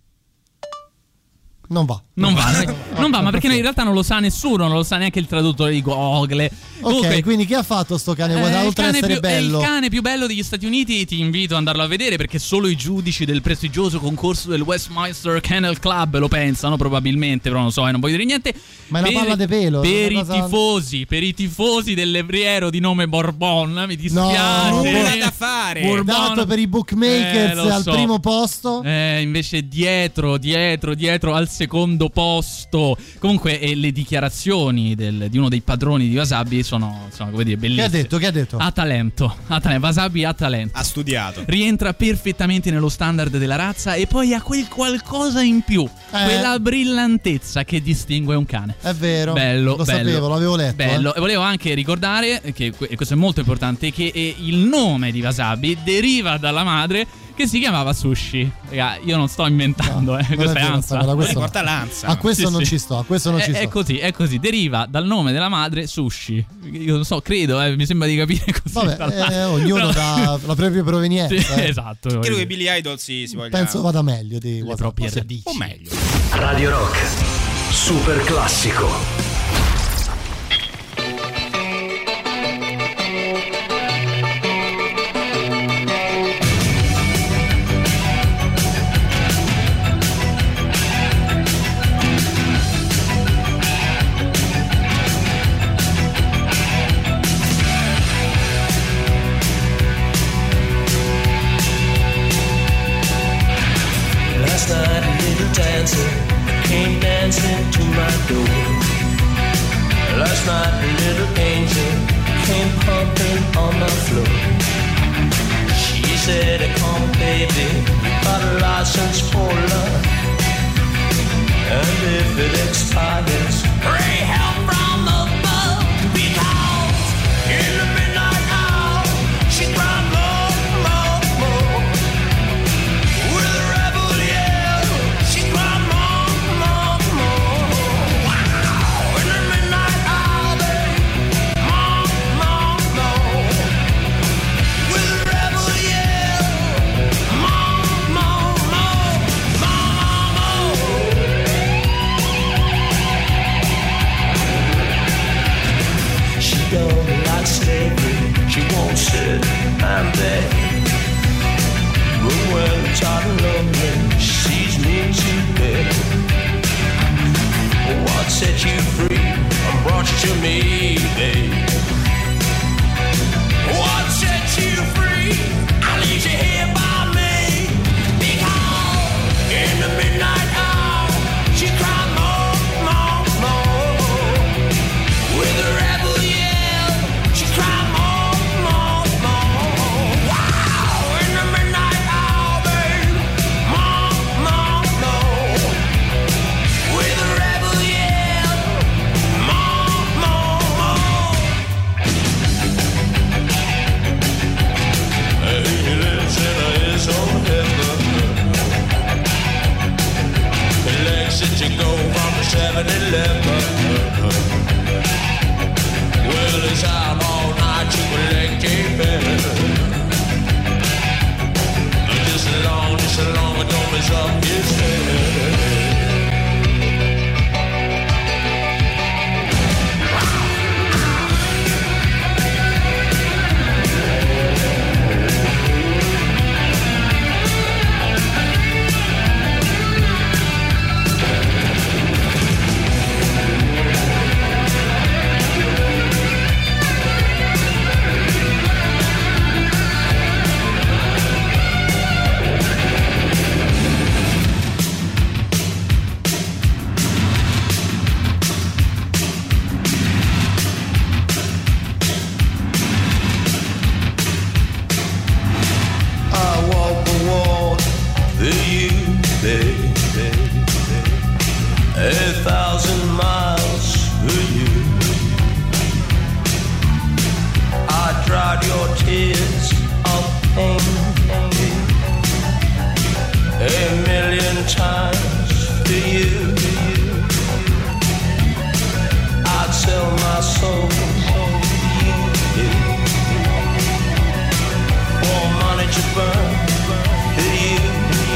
Non va. Non va, non va, ma perché in realtà non lo sa nessuno, non lo sa neanche il traduttore di Google. Ok, quindi chi ha fatto sto cane Eh, wasabi il oltre ad cane essere più- è bello? il cane più bello degli Stati Uniti, ti invito ad andarlo a vedere perché solo i giudici del prestigioso concorso del Westminster Kennel Club lo pensano probabilmente, però non so, e non voglio dire niente. Ma è una Per- palla de pelo, Per è i una cosa- tifosi, per i tifosi del levriero di nome Bourbon, mi dispiace. No, nulla da fare. Bourbon- Dato per i bookmakers Eh, lo al so. primo posto. Eh, invece dietro, dietro, dietro al secondo posto. Comunque eh, le dichiarazioni del- di uno dei padroni di Wasabi sono, insomma, come dire, Che bellissime. ha detto? Che ha detto? Ha talento, ha talento. Wasabi ha talento. Ha studiato. Rientra perfettamente nello standard della razza e poi ha quel qualcosa in più, Eh. quella brillantezza che distingue un cane. È vero. Bello, Lo bello. sapevo, l'avevo letto. Bello. eh. E volevo anche ricordare che que- e questo è molto importante, che eh, il nome di Wasabi deriva dalla madre che si chiamava Sushi. Raga, io non sto inventando, eh. Non Questa è, vero, Ansa. Sara, questo- Riporta l'Ansa. A questo Sì, non sì. ci sto, a questo non È, ci sto. è così, è così. Deriva dal nome della madre Sushi. Io non so, credo, eh, mi sembra di capire così. Vabbè, dalla- eh, ognuno Però- ha la propria provenienza. Sì, eh. esatto. Credo che Billy Idol si, si voglia. Penso vada meglio di le Wasabi. proprie Forse- radici. O meglio. Radio Rock, super classico. Last night a little dancer came dancing to my door. Last night a little angel came pumping on the floor. She said, come baby, you got a license for love. And if it expires, pray help from above. Because in the midnight hour, she cried more, more, more. With a rebel yell, she cried more, more, more. Wow! In the midnight hour, babe, more, more, more. With a rebel yell, more, more, more, more. seven eleven. Well, it's out all night to collect a bill. Just as long, just as long as don't mess up his head. A thousand miles for you. I dried your tears of pain a million times for you. I'd sell my soul for you. For money to burn for you.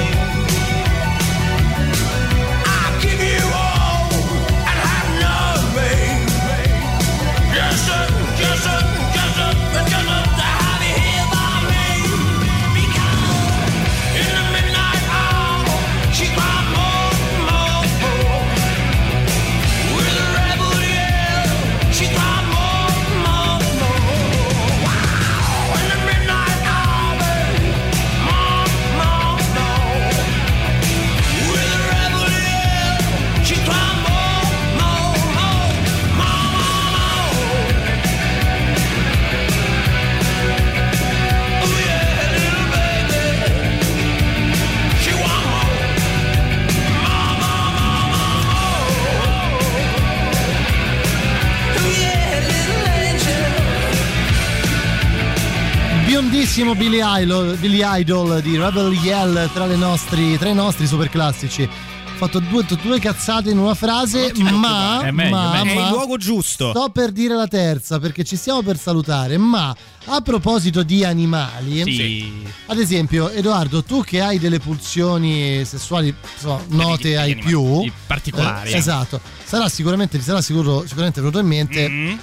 Biondissimo Billy Idol, Billy Idol di Rebel Yell tra, le nostri, tra i nostri super classici. Ho fatto due, due cazzate in una frase, ma, è meglio, ma, meglio. ma È il luogo giusto. Sto per dire la terza perché ci stiamo per salutare, ma a proposito di animali, sì. Ad esempio Edoardo, tu che hai delle pulsioni sessuali so, note ai più particolari, eh, esatto, sarà sicuramente ti sarà sicuro, sicuramente venuto in mente mm-hmm.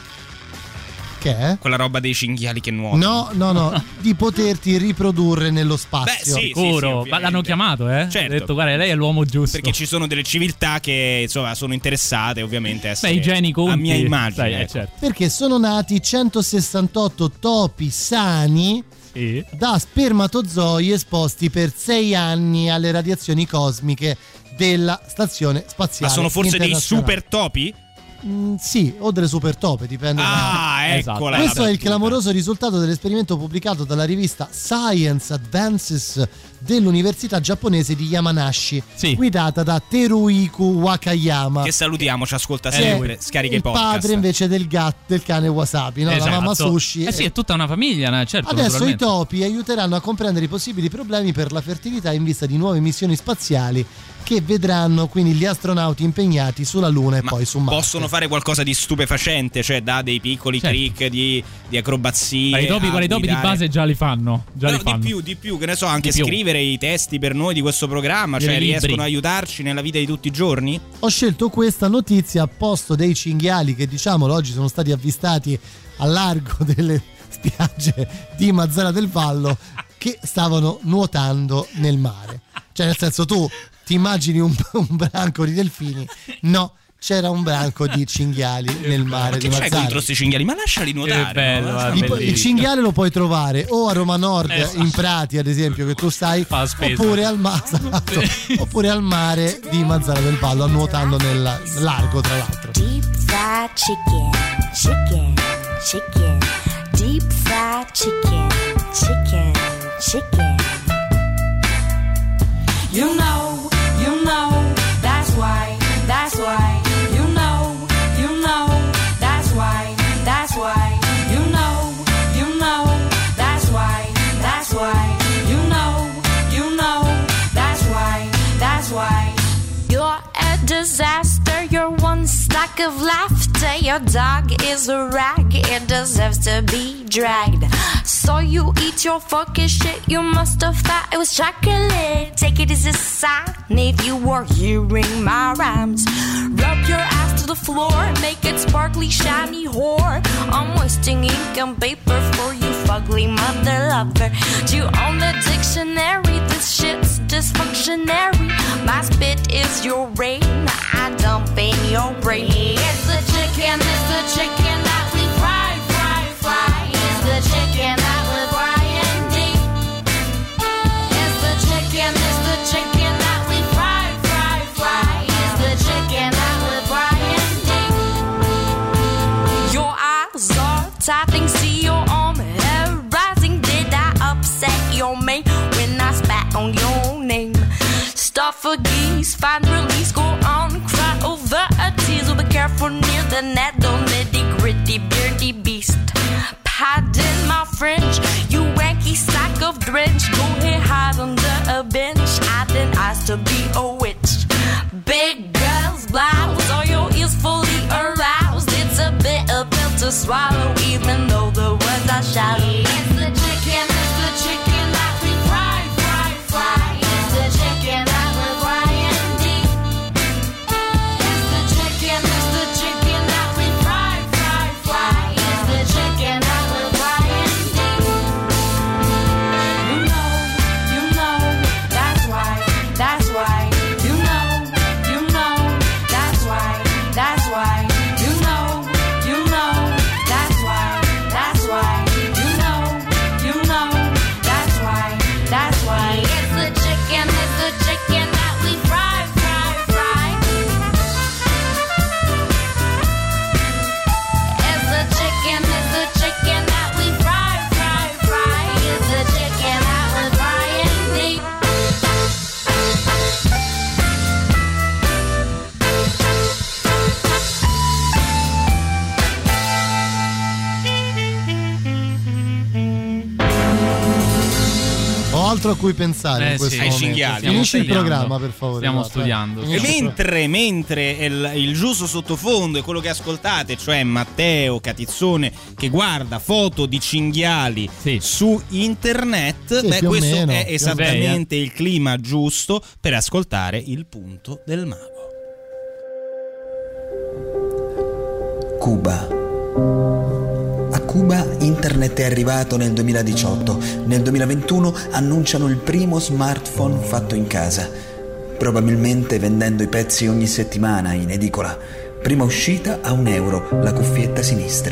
che è? Quella roba dei cinghiali che nuotano. No, no, no, di poterti riprodurre nello spazio. Beh, sì, sicuro, sì, ma l'hanno chiamato, eh? Certo. Ha detto, guarda, lei è l'uomo giusto. Perché ci sono delle civiltà che insomma sono interessate ovviamente a essere Beh, i geni conti, a mia immagine. sai, eh, ecco. certo. Perché sono nati centosessantotto topi sani sì. da spermatozoi esposti per sei anni alle radiazioni cosmiche della stazione spaziale. Ma sono forse dei internazionale. super topi? Mm, sì, o delle super tope, dipende. Ah, da... eccola. Questo la è il clamoroso risultato dell'esperimento pubblicato dalla rivista Science Advances dell'università giapponese di Yamanashi, sì. guidata da Teruiku Wakayama. Che salutiamo, ci ascolta Che sempre, scarica i il podcast. padre invece del gatto, del cane Wasabi, no? Esatto. La mamma Sushi. Eh sì, è tutta una famiglia, no? Certo. Adesso i topi aiuteranno a comprendere i possibili problemi per la fertilità in vista di nuove missioni spaziali che vedranno quindi gli astronauti impegnati sulla Luna e Ma poi su Marte. possono fare qualcosa di stupefacente, cioè da dei piccoli certo. trick di, di acrobazie. Ma i topi, quali topi di base già li fanno. Già Però li fanno. di più, di più, che ne so, anche Di più. scrivere i testi per noi di questo programma, Dei cioè libri. riescono a aiutarci nella vita di tutti i giorni? Ho scelto questa notizia a posto dei cinghiali che diciamolo oggi sono stati avvistati al largo delle spiagge di Mazzara del Vallo che stavano nuotando nel mare. Cioè nel senso, tu ti immagini un, un branco di delfini? No, c'era un branco di cinghiali nel mare Ma di che c'è Mazzara. contro questi cinghiali? Ma lasciali nuotare. Che bello, no? guarda, Il, bellissimo. il cinghiale lo puoi trovare o a Roma Nord, Esatto. in Prati ad esempio, che tu stai, Fa la spesa. oppure al, ma- esatto, oppure al mare di Mazzara del Vallo, nuotando nel largo tra l'altro. Deep fried chicken, chicken, chicken. Deep fried chicken, chicken, chicken. You know, you know, that's why, that's why. You know, you know, that's why, that's why. You know, you know, that's why, that's why. You know, you know, that's why, that's why. You're a disaster. You're one stack of laughter. Your dog is a rag, it deserves to be dragged. So you eat your fucking shit, you must have thought it was chocolate. Take it as a sign if you were hearing my rhymes. Rub your ass to the floor, make it sparkly, shiny whore. I'm wasting ink and paper for you fugly mother lover. You own the dictionary, this shit's dysfunctionary. My spit is your rain, I dump in your brain. It's the chicken, it's the chicken that we fry, fry, fry. It's the chicken that we Brian D. It's the chicken, it's the chicken that we fry, fry, fry. It's the chicken that we Brian D. Your eyes are tapping, see your arm hair rising. Did I upset your mate when I spat on your name? Stuff a geese, find release, go on, cry over a tease. Oh, be careful near the net, don't nitty gritty beardy beast. Pardon my French, you wanky sack of drench. Go ahead, hide under a bench. I didn't ask to be a witch. Big girls blouse, all your ears fully aroused. It's a bitter pill to swallow, even though the words are shallow. It's the chicken, it's the chicken that we fry, fry, fry. It's the chicken that we Brian D. It's the chicken, it's the chicken that we fry, fry, fry. It's the chicken that we Brian D. You know, you know, that's why, that's why. You know, you know, that's why, that's why. You know, you know, that's why, that's why. You know, you know, that's why, that's why. It's the chicken, it's the chicken that we fry, fry, fry. It's the chicken, it's the chicken that we fry, fry, fry. It's the chicken that we Brian D. Ho altro a cui pensare Eh in questo sì. Ai momento. cinghiali. Finisci il Stiamo programma, studiando. per favore. Stiamo guarda. studiando. E Finisci il mentre, mentre il, il giusto sottofondo è quello che ascoltate, cioè Matteo Catizzone che guarda foto di cinghiali Sì. su internet, Sì, beh, più o questo meno, è più o esattamente il clima giusto per ascoltare il punto del mago. Cuba. A Cuba internet è arrivato nel duemiladiciotto. Nel duemilaventuno annunciano il primo smartphone fatto in casa, probabilmente vendendo i pezzi ogni settimana in edicola. Prima uscita a un euro la cuffietta sinistra.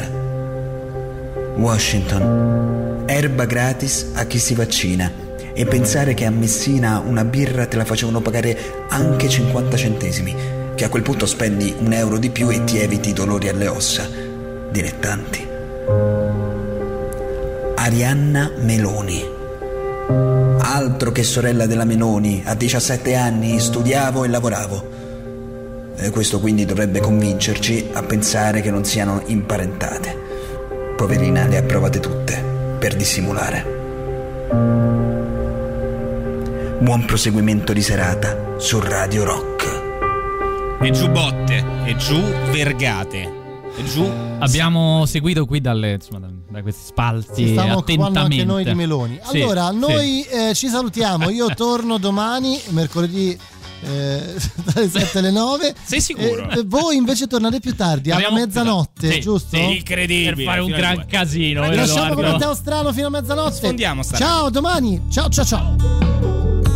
Washington. Erba gratis a chi si vaccina. E pensare che a Messina una birra te la facevano pagare anche cinquanta centesimi, che a quel punto spendi un euro di più e ti eviti i dolori alle ossa. Dilettanti. Arianna Meloni. Altro che sorella della Meloni, a diciassette anni studiavo e lavoravo. E questo quindi dovrebbe convincerci a pensare che non siano imparentate. Poverina, le ha provate tutte per dissimulare. Buon proseguimento di serata su Radio Rock. E giù botte, e giù vergate, e giù. Abbiamo seguito qui dalle, insomma, da, da questi spalti Ci stiamo occupando attentamente. anche noi di Meloni. Sì, Allora, sì. noi eh, ci salutiamo. Io torno domani, mercoledì, eh, dalle sette alle nove. Sei sicuro? E, e voi invece tornate più tardi, alla Torniamo- mezzanotte, Sì, giusto? sì, Incredibile. per fare un fino alle gran due. casino. Vi vero, lasciamo con Edoardo? Matteo Strano fino a mezzanotte. Sfondiamo sta Ciao, domani. Ciao, ciao, ciao.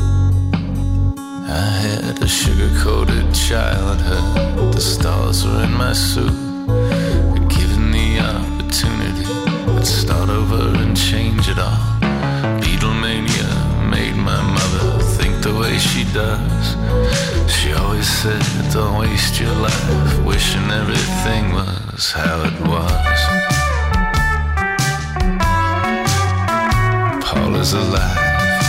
I had a sugar-coated childhood. The stars were in my suit. Given the opportunity, I'd start over and change it all. Beatlemania made my mother think the way she does. She always said, don't waste your life wishing everything was how it was. Paul is alive.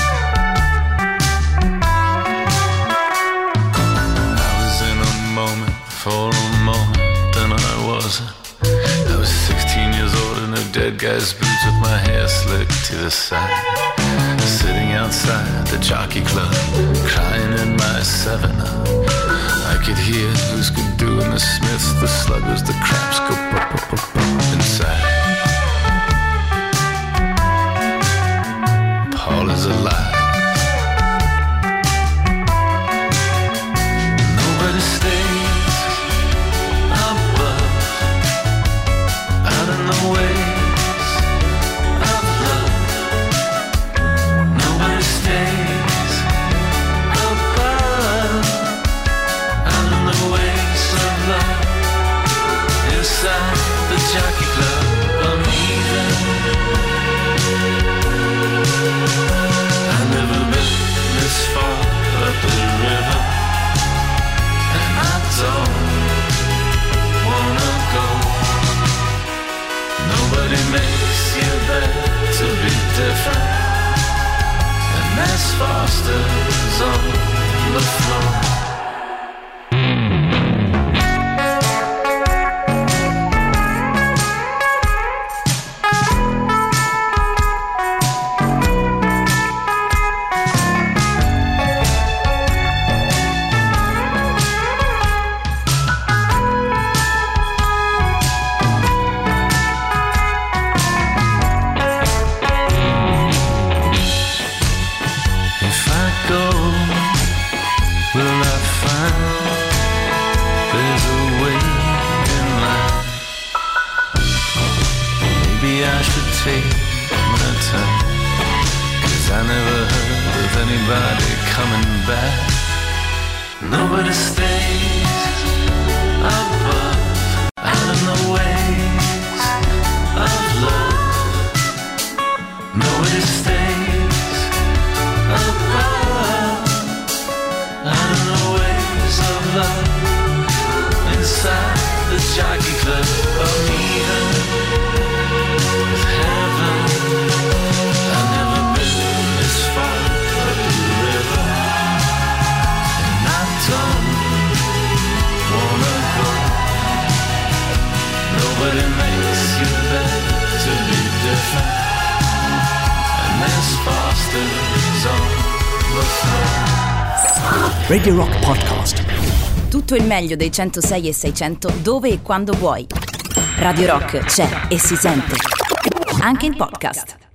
For a moment, then I wasn't. I was sixteen years old in a dead guy's boots with my hair slicked to the side. sitting outside the jockey club, crying in my seven up. I could hear who's good doing the Smiths, the Sluggers, the Cramps go pop pop pop pop inside. Paul is alive. Nobody stays above, out in the ways of love. Nobody stays above, out in the ways of love. Inside the jockey club, I'm even. I've never been this far up the river, and I don't wanna go. Nobody makes you better to be different, and that's Foster's on the floor. Nobody stays above, out in the ways of love. Nobody stays above, out in the ways of love. Inside the jockey club, I'm even with heaven. I've never been this far up the river, and I don't wanna go. Nobody makes you better to be different, and there's Foster's on the floor. Radio Rock Podcast. Tutto il meglio dei centosei e seicento dove e quando vuoi. Radio Rock c'è e si sente anche in podcast.